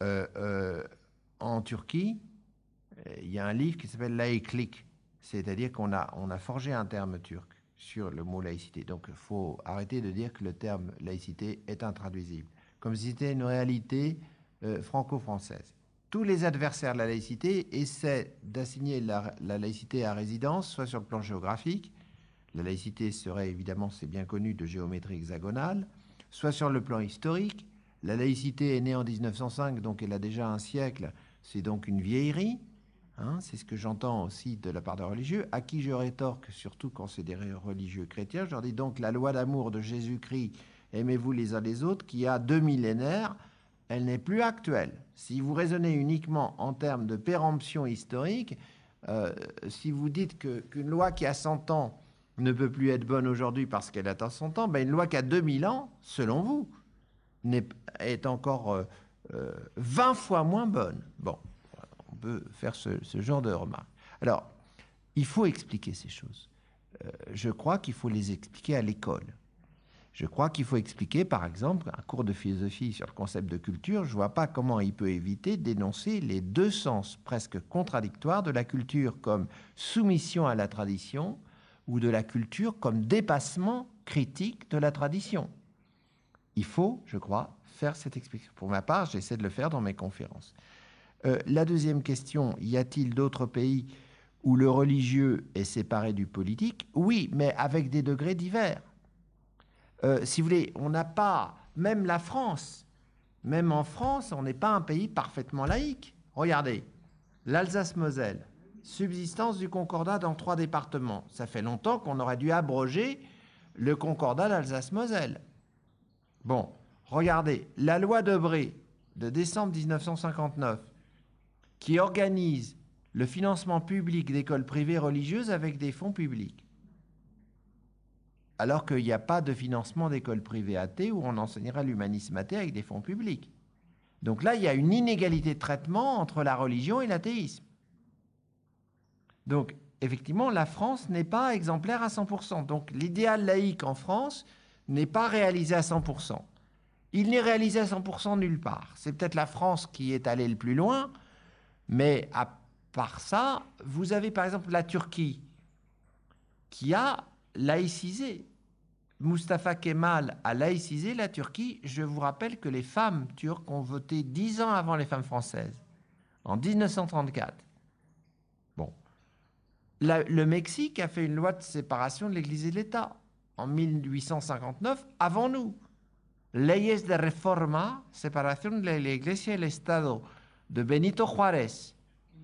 En Turquie, il y a un livre qui s'appelle Laiklik, c'est-à-dire qu'on a forgé un terme turc sur le mot laïcité. Donc, il faut arrêter de dire que le terme laïcité est intraduisible, comme si c'était une réalité franco-française. Tous les adversaires de la laïcité essaient d'assigner la laïcité à résidence, soit sur le plan géographique, la laïcité serait évidemment, c'est bien connu, de géométrie hexagonale, soit sur le plan historique. La laïcité est née en 1905, donc elle a déjà un siècle, c'est donc une vieillerie. Hein, c'est ce que j'entends aussi de la part des religieux, à qui je rétorque, surtout quand c'est des religieux chrétiens, je leur dis donc la loi d'amour de Jésus-Christ, aimez-vous les uns les autres, qui a 2 millénaires, elle n'est plus actuelle. Si vous raisonnez uniquement en termes de péremption historique, si vous dites qu'une loi qui a 100 ans ne peut plus être bonne aujourd'hui parce qu'elle atteint son temps, ben une loi qui a 2000 ans, selon vous, est encore 20 fois moins bonne. Bon, on peut faire ce genre de remarques. Alors, il faut expliquer ces choses. Je crois qu'il faut les expliquer à l'école. Je crois qu'il faut expliquer, par exemple, un cours de philosophie sur le concept de culture. Je ne vois pas comment il peut éviter d'énoncer les deux sens presque contradictoires de la culture comme soumission à la tradition ou de la culture comme dépassement critique de la tradition. Il faut, je crois, faire cette explication. Pour ma part, j'essaie de le faire dans mes conférences. La deuxième question, y a-t-il d'autres pays où le religieux est séparé du politique? Oui, mais avec des degrés divers. Si vous voulez, on n'a pas, même la France, même en France, on n'est pas un pays parfaitement laïque. Regardez, l'Alsace-Moselle, subsistance du concordat dans 3 départements. Ça fait longtemps qu'on aurait dû abroger le concordat d'Alsace-Moselle. Bon, regardez, la loi Debré de décembre 1959 qui organise le financement public d'écoles privées religieuses avec des fonds publics. Alors qu'il n'y a pas de financement d'écoles privées athées où on enseignera l'humanisme athée avec des fonds publics. Donc là, il y a une inégalité de traitement entre la religion et l'athéisme. Donc, effectivement, la France n'est pas exemplaire à 100%. Donc, l'idéal laïque en France n'est pas réalisé à 100%. Il n'est réalisé à 100% nulle part. C'est peut-être la France qui est allée le plus loin, mais à part ça, vous avez par exemple la Turquie qui a laïcisé. Mustafa Kemal a laïcisé la Turquie. Je vous rappelle que les femmes turques ont voté 10 ans avant les femmes françaises, en 1934. Bon. Le Mexique a fait une loi de séparation de l'Église et de l'État en 1859, avant nous. Leyes de reforma, separación de la Iglesia y el Estado, de Benito Juárez.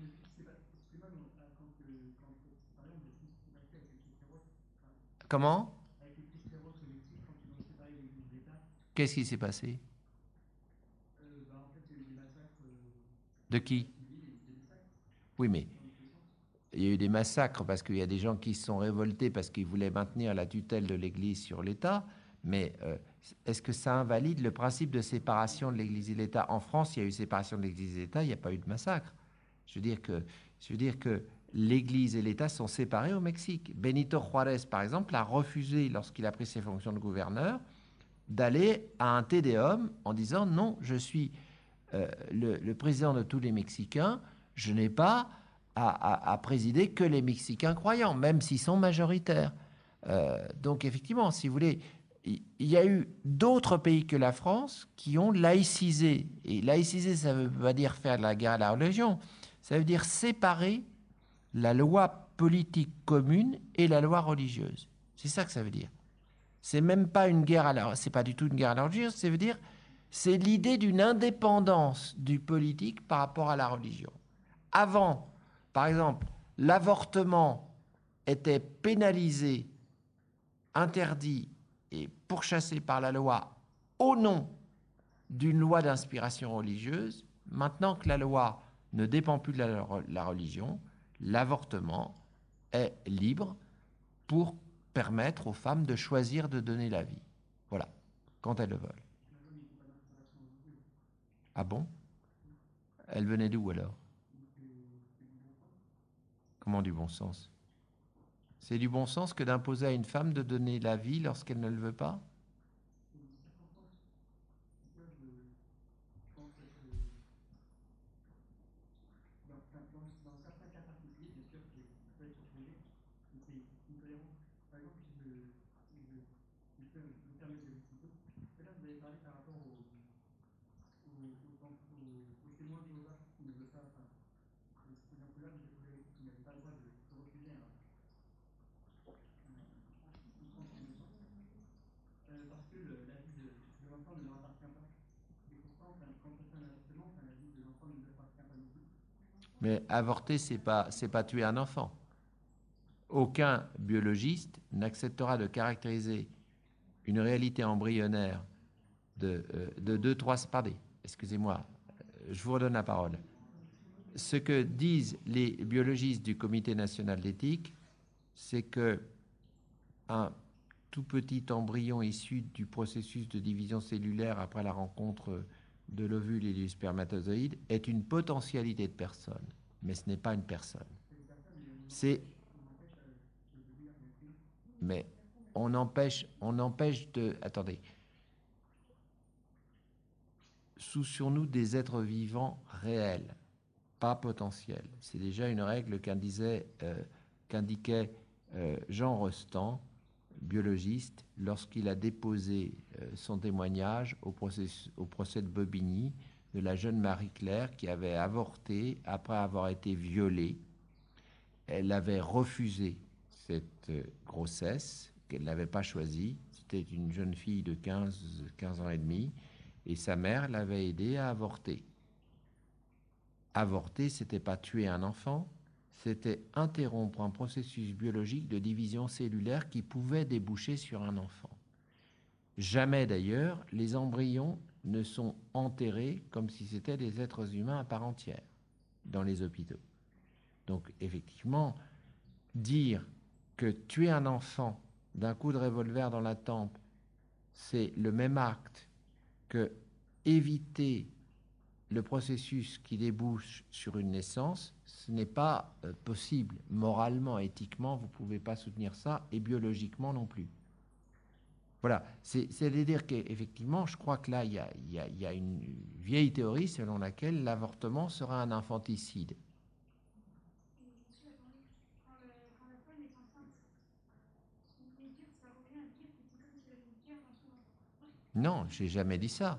Comment? Qu'est-ce qui s'est passé? De qui? Oui, mais il y a eu des massacres parce qu'il y a des gens qui se sont révoltés parce qu'ils voulaient maintenir la tutelle de l'Église sur l'État. Mais est-ce que ça invalide le principe de séparation de l'Église et l'État? En France, il y a eu séparation de l'Église et l'État, il n'y a pas eu de massacre. Je veux dire que l'Église et l'État sont séparés au Mexique. Benito Juárez, par exemple, a refusé, lorsqu'il a pris ses fonctions de gouverneur, d'aller à un Tédéum en disant non, je suis le président de tous les Mexicains, je n'ai pas à présider que les Mexicains croyants, même s'ils sont majoritaires. Donc effectivement, si vous voulez, il y a eu d'autres pays que la France qui ont laïcisé. Et laïciser, ça ne veut pas dire faire de la guerre à la religion, ça veut dire séparer la loi politique commune et la loi religieuse. C'est ça que ça veut dire. C'est même pas une guerre à la, c'est pas du tout une guerre à la religion, ça veut dire c'est l'idée d'une indépendance du politique par rapport à la religion. Avant, par exemple, l'avortement était pénalisé, interdit et pourchassé par la loi au nom d'une loi d'inspiration religieuse. Maintenant que la loi ne dépend plus de la religion, l'avortement est libre pour permettre aux femmes de choisir de donner la vie. Voilà, quand elles le veulent. Ah bon? Elle venait d'où alors? Comment du bon sens? C'est du bon sens que d'imposer à une femme de donner la vie lorsqu'elle ne le veut pas? Mais avorter, c'est pas tuer un enfant. Aucun biologiste n'acceptera de caractériser une réalité embryonnaire de 2-3... Pardon, excusez-moi, je vous redonne la parole. Ce que disent les biologistes du Comité national d'éthique, c'est que un tout petit embryon issu du processus de division cellulaire après la rencontre de l'ovule et du spermatozoïde est une potentialité de personne, mais ce n'est pas une personne. Mais on empêche de... Attendez. Soucions-nous des êtres vivants réels, pas potentiels. C'est déjà une règle qu'indiquait Jean Rostand, biologiste, lorsqu'il a déposé son témoignage au procès de Bobigny de la jeune Marie-Claire qui avait avorté après avoir été violée. Elle avait refusé cette grossesse qu'elle n'avait pas choisie. C'était une jeune fille de 15 ans et demi, et sa mère l'avait aidée à avorter. Avorter, c'était pas tuer un enfant, c'était interrompre un processus biologique de division cellulaire qui pouvait déboucher sur un enfant. Jamais d'ailleurs les embryons ne sont enterrés comme si c'était des êtres humains à part entière dans les hôpitaux. Donc effectivement, dire que tuer un enfant d'un coup de revolver dans la tempe, c'est le même acte que éviter le processus qui débouche sur une naissance, ce n'est pas possible. Moralement, éthiquement, vous ne pouvez pas soutenir ça, et biologiquement non plus. Voilà, c'est-à-dire qu'effectivement, je crois que là, il y a une vieille théorie selon laquelle l'avortement sera un infanticide. Non, je n'ai jamais dit ça.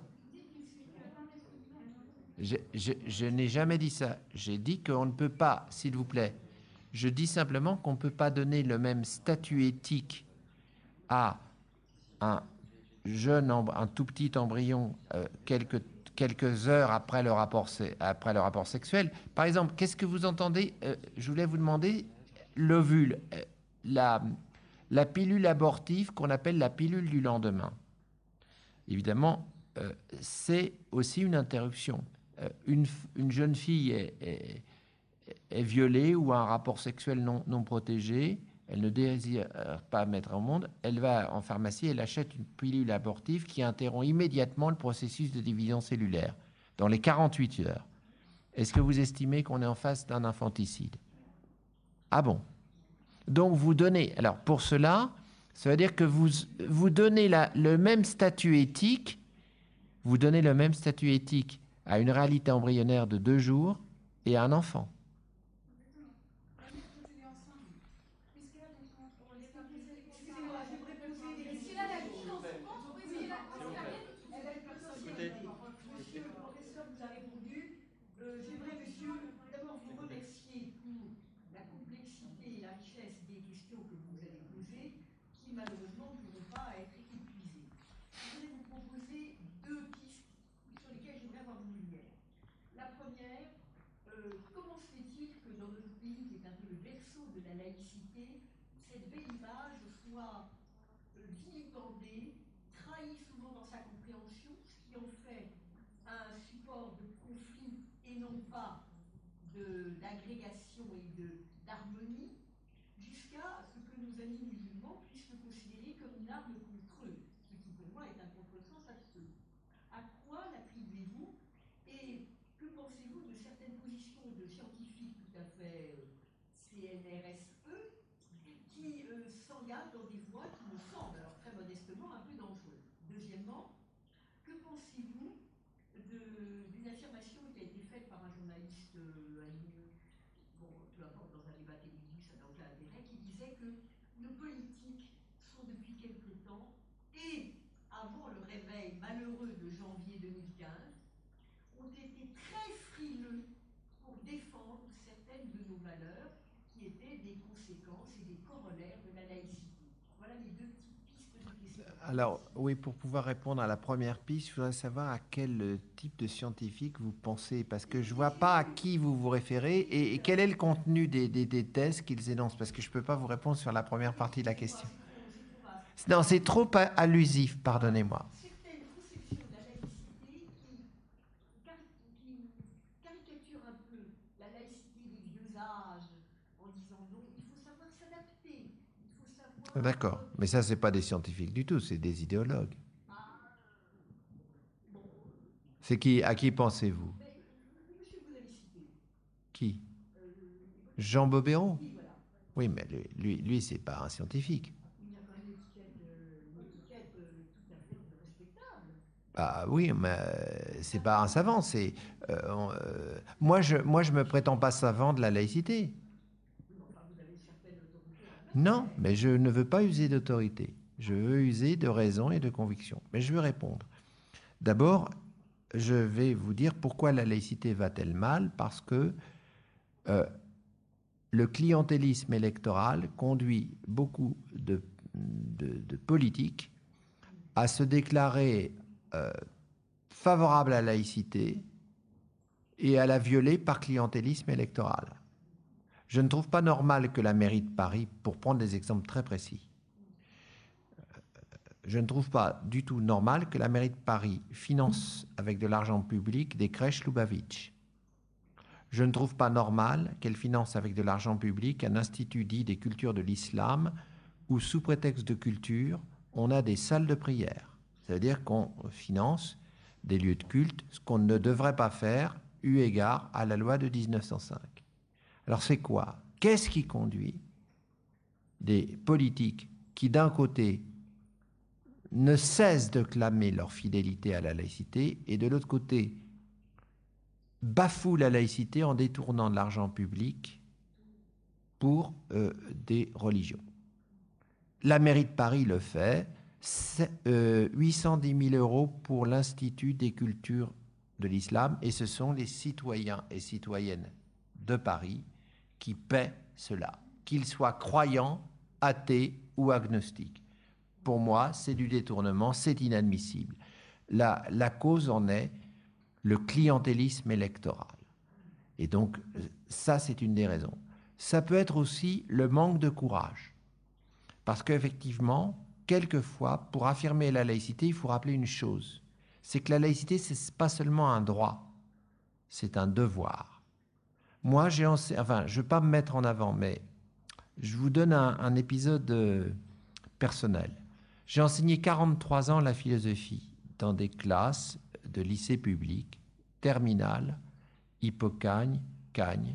Je n'ai jamais dit ça. J'ai dit qu'on ne peut pas, s'il vous plaît. Je dis simplement qu'on ne peut pas donner le même statut éthique à un tout petit embryon quelques heures après le rapport sexuel. Par exemple, qu'est-ce que vous entendez je voulais vous demander l'ovule, la pilule abortive qu'on appelle la pilule du lendemain. Évidemment, c'est aussi une interruption. Une jeune fille est violée ou a un rapport sexuel non protégé, elle ne désire pas mettre au monde, elle va en pharmacie, elle achète une pilule abortive qui interrompt immédiatement le processus de division cellulaire, dans les 48 heures. Est-ce que vous estimez qu'on est en face d'un infanticide? Ah bon? Donc vous donnez, alors pour cela, ça veut dire que vous donnez le même statut éthique, vous donnez le même statut éthique à une réalité embryonnaire de 2 jours et à un enfant. Professeur vous a répondu. J'aimerais, monsieur, d'abord vous remercier pour la complexité et la richesse des questions que vous avez posées, qui malheureusement ne pourront pas être épuisées. Je voudrais vous proposer 2 pistes sur lesquelles j'aimerais avoir une lumière. La première, comment se fait-il que dans notre pays, qui est un peu le berceau de la laïcité, cette belle image soit vilipendée, trahie souvent dans sa compréhension, ce qui en fait un support de conflit et non pas d'agrégation et d'harmonie, jusqu'à ce que nos amis musulmans puissent le considérer comme une arme contre eux, ce qui pour moi est un contresens absolu. À quoi l'attribuez-vous et que pensez-vous de certaines positions de scientifiques tout à fait CNRSE qui s'engagent dans des voies qui me semblent, alors très modestement, un peu dangereuses? Deuxièmement, que pensez-vous d'une affirmation qui a été faite par un journaliste peu importe, dans un débat télévisé, ça n'a aucun intérêt, qui disait que nos politiques sont depuis quelque temps, et avant le réveil malheureux de janvier 2015, ont été très frileux pour défendre certaines de nos valeurs qui étaient des conséquences et des corollaires de la laïcité. Voilà les 2 petites pistes de questions. Alors, oui, pour pouvoir répondre à la première piste, je voudrais savoir à quel type de scientifique vous pensez, parce que je ne vois pas à qui vous vous référez et quel est le contenu des thèses qu'ils énoncent, parce que je ne peux pas vous répondre sur la première partie de la question. Non, c'est trop allusif, pardonnez-moi. Certaines conceptions de la laïcité qui caricaturent un peu la laïcité des vieux âges en disant non, il faut savoir s'adapter. D'accord, mais ça, c'est pas des scientifiques du tout, c'est des idéologues. C'est qui? À qui pensez-vous? Monsieur, vous avez cité. Qui? Jean Bobéron? Oui, mais lui c'est pas un scientifique. Il a quand même étiquette Ah oui, mais c'est pas un savant. Moi, je me prétends pas savant de la laïcité. Non, mais je ne veux pas user d'autorité. Je veux user de raison et de conviction. Mais je veux répondre. D'abord, je vais vous dire pourquoi la laïcité va-t-elle mal, parce que le clientélisme électoral conduit beaucoup de politiques à se déclarer favorables à la laïcité et à la violer par clientélisme électoral. Je ne trouve pas normal que la mairie de Paris, pour prendre des exemples très précis, je ne trouve pas du tout normal que la mairie de Paris finance avec de l'argent public des crèches Lubavitch. Je ne trouve pas normal qu'elle finance avec de l'argent public un institut dit des cultures de l'islam où, sous prétexte de culture, on a des salles de prière. Ça veut dire qu'on finance des lieux de culte, ce qu'on ne devrait pas faire eu égard à la loi de 1905. Alors c'est quoi? Qu'est-ce qui conduit des politiques qui, d'un côté, ne cessent de clamer leur fidélité à la laïcité et, de l'autre côté, bafouent la laïcité en détournant de l'argent public pour des religions? La mairie de Paris le fait, 810 000 € pour l'Institut des cultures de l'islam, et ce sont les citoyens et citoyennes de Paris qui paient cela, qu'ils soient croyants, athées ou agnostiques. Pour moi, c'est du détournement, c'est inadmissible. La cause en est le clientélisme électoral. Et donc, ça, c'est une des raisons. Ça peut être aussi le manque de courage. Parce qu'effectivement, quelquefois, pour affirmer la laïcité, il faut rappeler une chose. C'est que la laïcité, ce n'est pas seulement un droit, c'est un devoir. Moi, je ne veux pas me mettre en avant, mais je vous donne un épisode personnel. J'ai enseigné 43 ans la philosophie dans des classes de lycée public, terminale, Hippocagne, Cagne.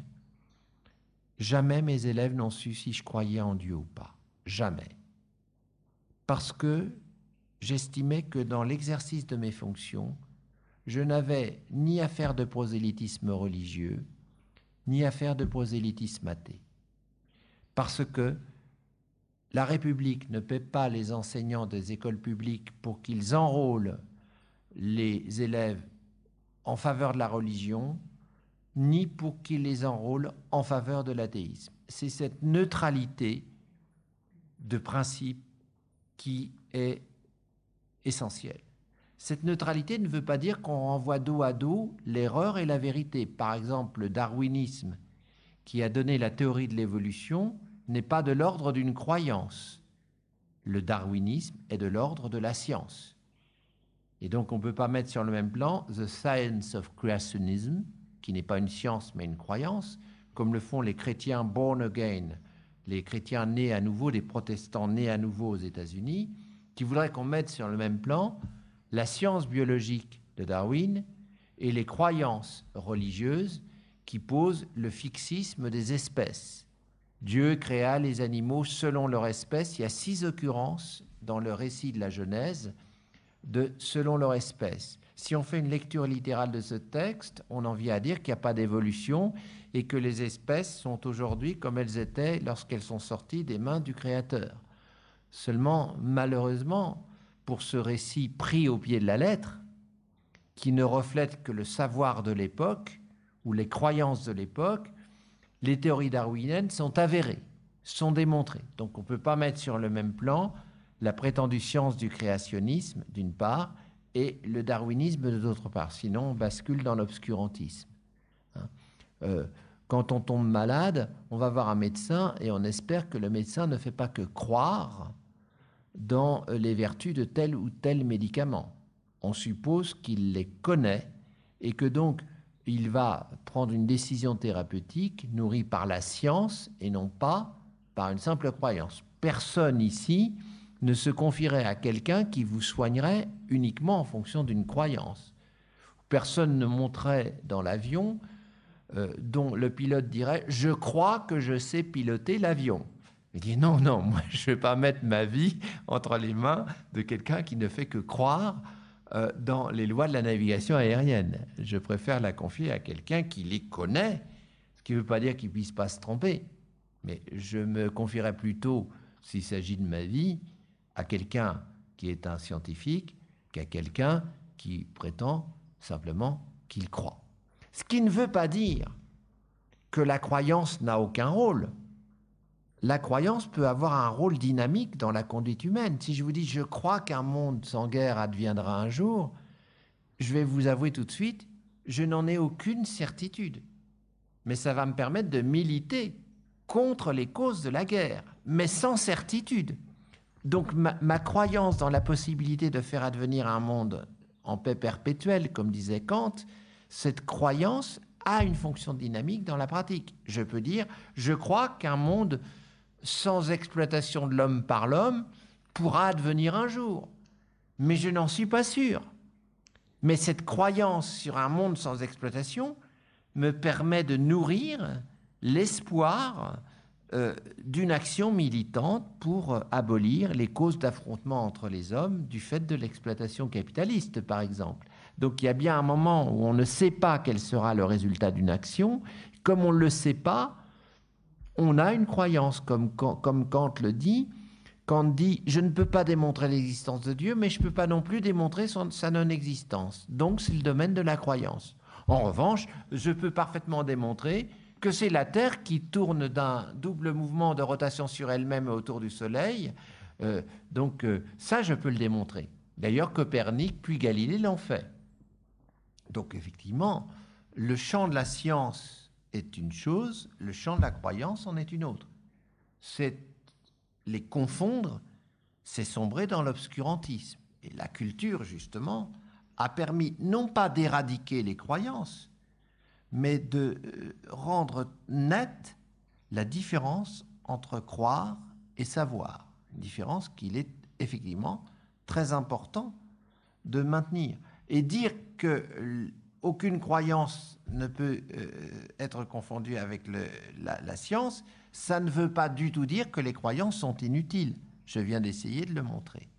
Jamais mes élèves n'ont su si je croyais en Dieu ou pas. Jamais. Parce que j'estimais que dans l'exercice de mes fonctions, je n'avais ni à faire de prosélytisme religieux, ni à faire de prosélytisme athée. Parce que la République ne paie pas les enseignants des écoles publiques pour qu'ils enrôlent les élèves en faveur de la religion, ni pour qu'ils les enrôlent en faveur de l'athéisme. C'est cette neutralité de principe qui est essentielle. Cette neutralité ne veut pas dire qu'on renvoie dos à dos l'erreur et la vérité. Par exemple, le darwinisme, qui a donné la théorie de l'évolution, n'est pas de l'ordre d'une croyance. Le darwinisme est de l'ordre de la science. Et donc, on ne peut pas mettre sur le même plan « the science of creationism », qui n'est pas une science mais une croyance, comme le font les chrétiens born again, les chrétiens nés à nouveau, des protestants nés à nouveau aux États-Unis, qui voudraient qu'on mette sur le même plan la science biologique de Darwin et les croyances religieuses qui posent le fixisme des espèces. Dieu créa les animaux selon leur espèce. Il y a 6 occurrences dans le récit de la Genèse de selon leur espèce. Si on fait une lecture littérale de ce texte, on en vient à dire qu'il n'y a pas d'évolution et que les espèces sont aujourd'hui comme elles étaient lorsqu'elles sont sorties des mains du Créateur. Seulement, malheureusement, pour ce récit pris au pied de la lettre, qui ne reflète que le savoir de l'époque ou les croyances de l'époque, les théories darwiniennes sont avérées, sont démontrées. Donc on ne peut pas mettre sur le même plan la prétendue science du créationnisme, d'une part, et le darwinisme, de d'autre part. Sinon, on bascule dans l'obscurantisme. Quand on tombe malade, on va voir un médecin et on espère que le médecin ne fait pas que croire dans les vertus de tel ou tel médicament. On suppose qu'il les connaît et que donc il va prendre une décision thérapeutique nourrie par la science et non pas par une simple croyance. Personne ici ne se confierait à quelqu'un qui vous soignerait uniquement en fonction d'une croyance. Personne ne monterait dans l'avion dont le pilote dirait « Je crois que je sais piloter l'avion ». Il dit « Non, non, moi je ne vais pas mettre ma vie entre les mains de quelqu'un qui ne fait que croire dans les lois de la navigation aérienne. Je préfère la confier à quelqu'un qui les connaît, ce qui ne veut pas dire qu'il ne puisse pas se tromper. Mais je me confierais plutôt, s'il s'agit de ma vie, à quelqu'un qui est un scientifique qu'à quelqu'un qui prétend simplement qu'il croit. Ce qui ne veut pas dire que la croyance n'a aucun rôle. La croyance peut avoir un rôle dynamique dans la conduite humaine. Si je vous dis « je crois qu'un monde sans guerre adviendra un jour », je vais vous avouer tout de suite, je n'en ai aucune certitude. Mais ça va me permettre de militer contre les causes de la guerre, mais sans certitude. Donc ma croyance dans la possibilité de faire advenir un monde en paix perpétuelle, comme disait Kant, cette croyance a une fonction dynamique dans la pratique. Je peux dire, je crois qu'un monde sans exploitation de l'homme par l'homme pourra advenir un jour, mais je n'en suis pas sûr. Mais cette croyance sur un monde sans exploitation me permet de nourrir l'espoir d'une action militante pour abolir les causes d'affrontement entre les hommes du fait de l'exploitation capitaliste, par exemple. Donc il y a bien un moment où on ne sait pas quel sera le résultat d'une action. Comme on ne le sait pas, on a une croyance, comme Kant le dit. Kant dit « je ne peux pas démontrer l'existence de Dieu, mais je ne peux pas non plus démontrer sa non-existence ». Donc c'est le domaine de la croyance. En revanche, je peux parfaitement démontrer que c'est la Terre qui tourne d'un double mouvement de rotation sur elle-même autour du Soleil. Ça, je peux le démontrer. D'ailleurs, Copernic puis Galilée l'ont fait. Donc effectivement, le champ de la science est une chose, le champ de la croyance en est une autre. C'est les confondre, c'est sombrer dans l'obscurantisme. Et la culture, justement, a permis non pas d'éradiquer les croyances, mais de rendre nette la différence entre croire et savoir. Une différence qu'il est effectivement très important de maintenir. Et dire qu'aucune croyance ne peut être confondue avec la science, ça ne veut pas du tout dire que les croyances sont inutiles. Je viens d'essayer de le montrer.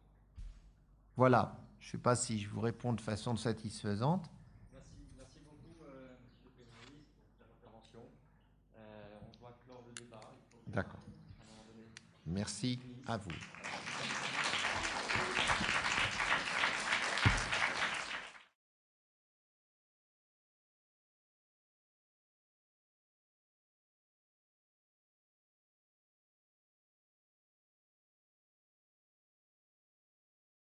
Voilà. Je ne sais pas si je vous réponds de façon satisfaisante. Merci beaucoup, Monsieur le Président pour cette intervention. On doit clore le débat. D'accord. Merci à vous.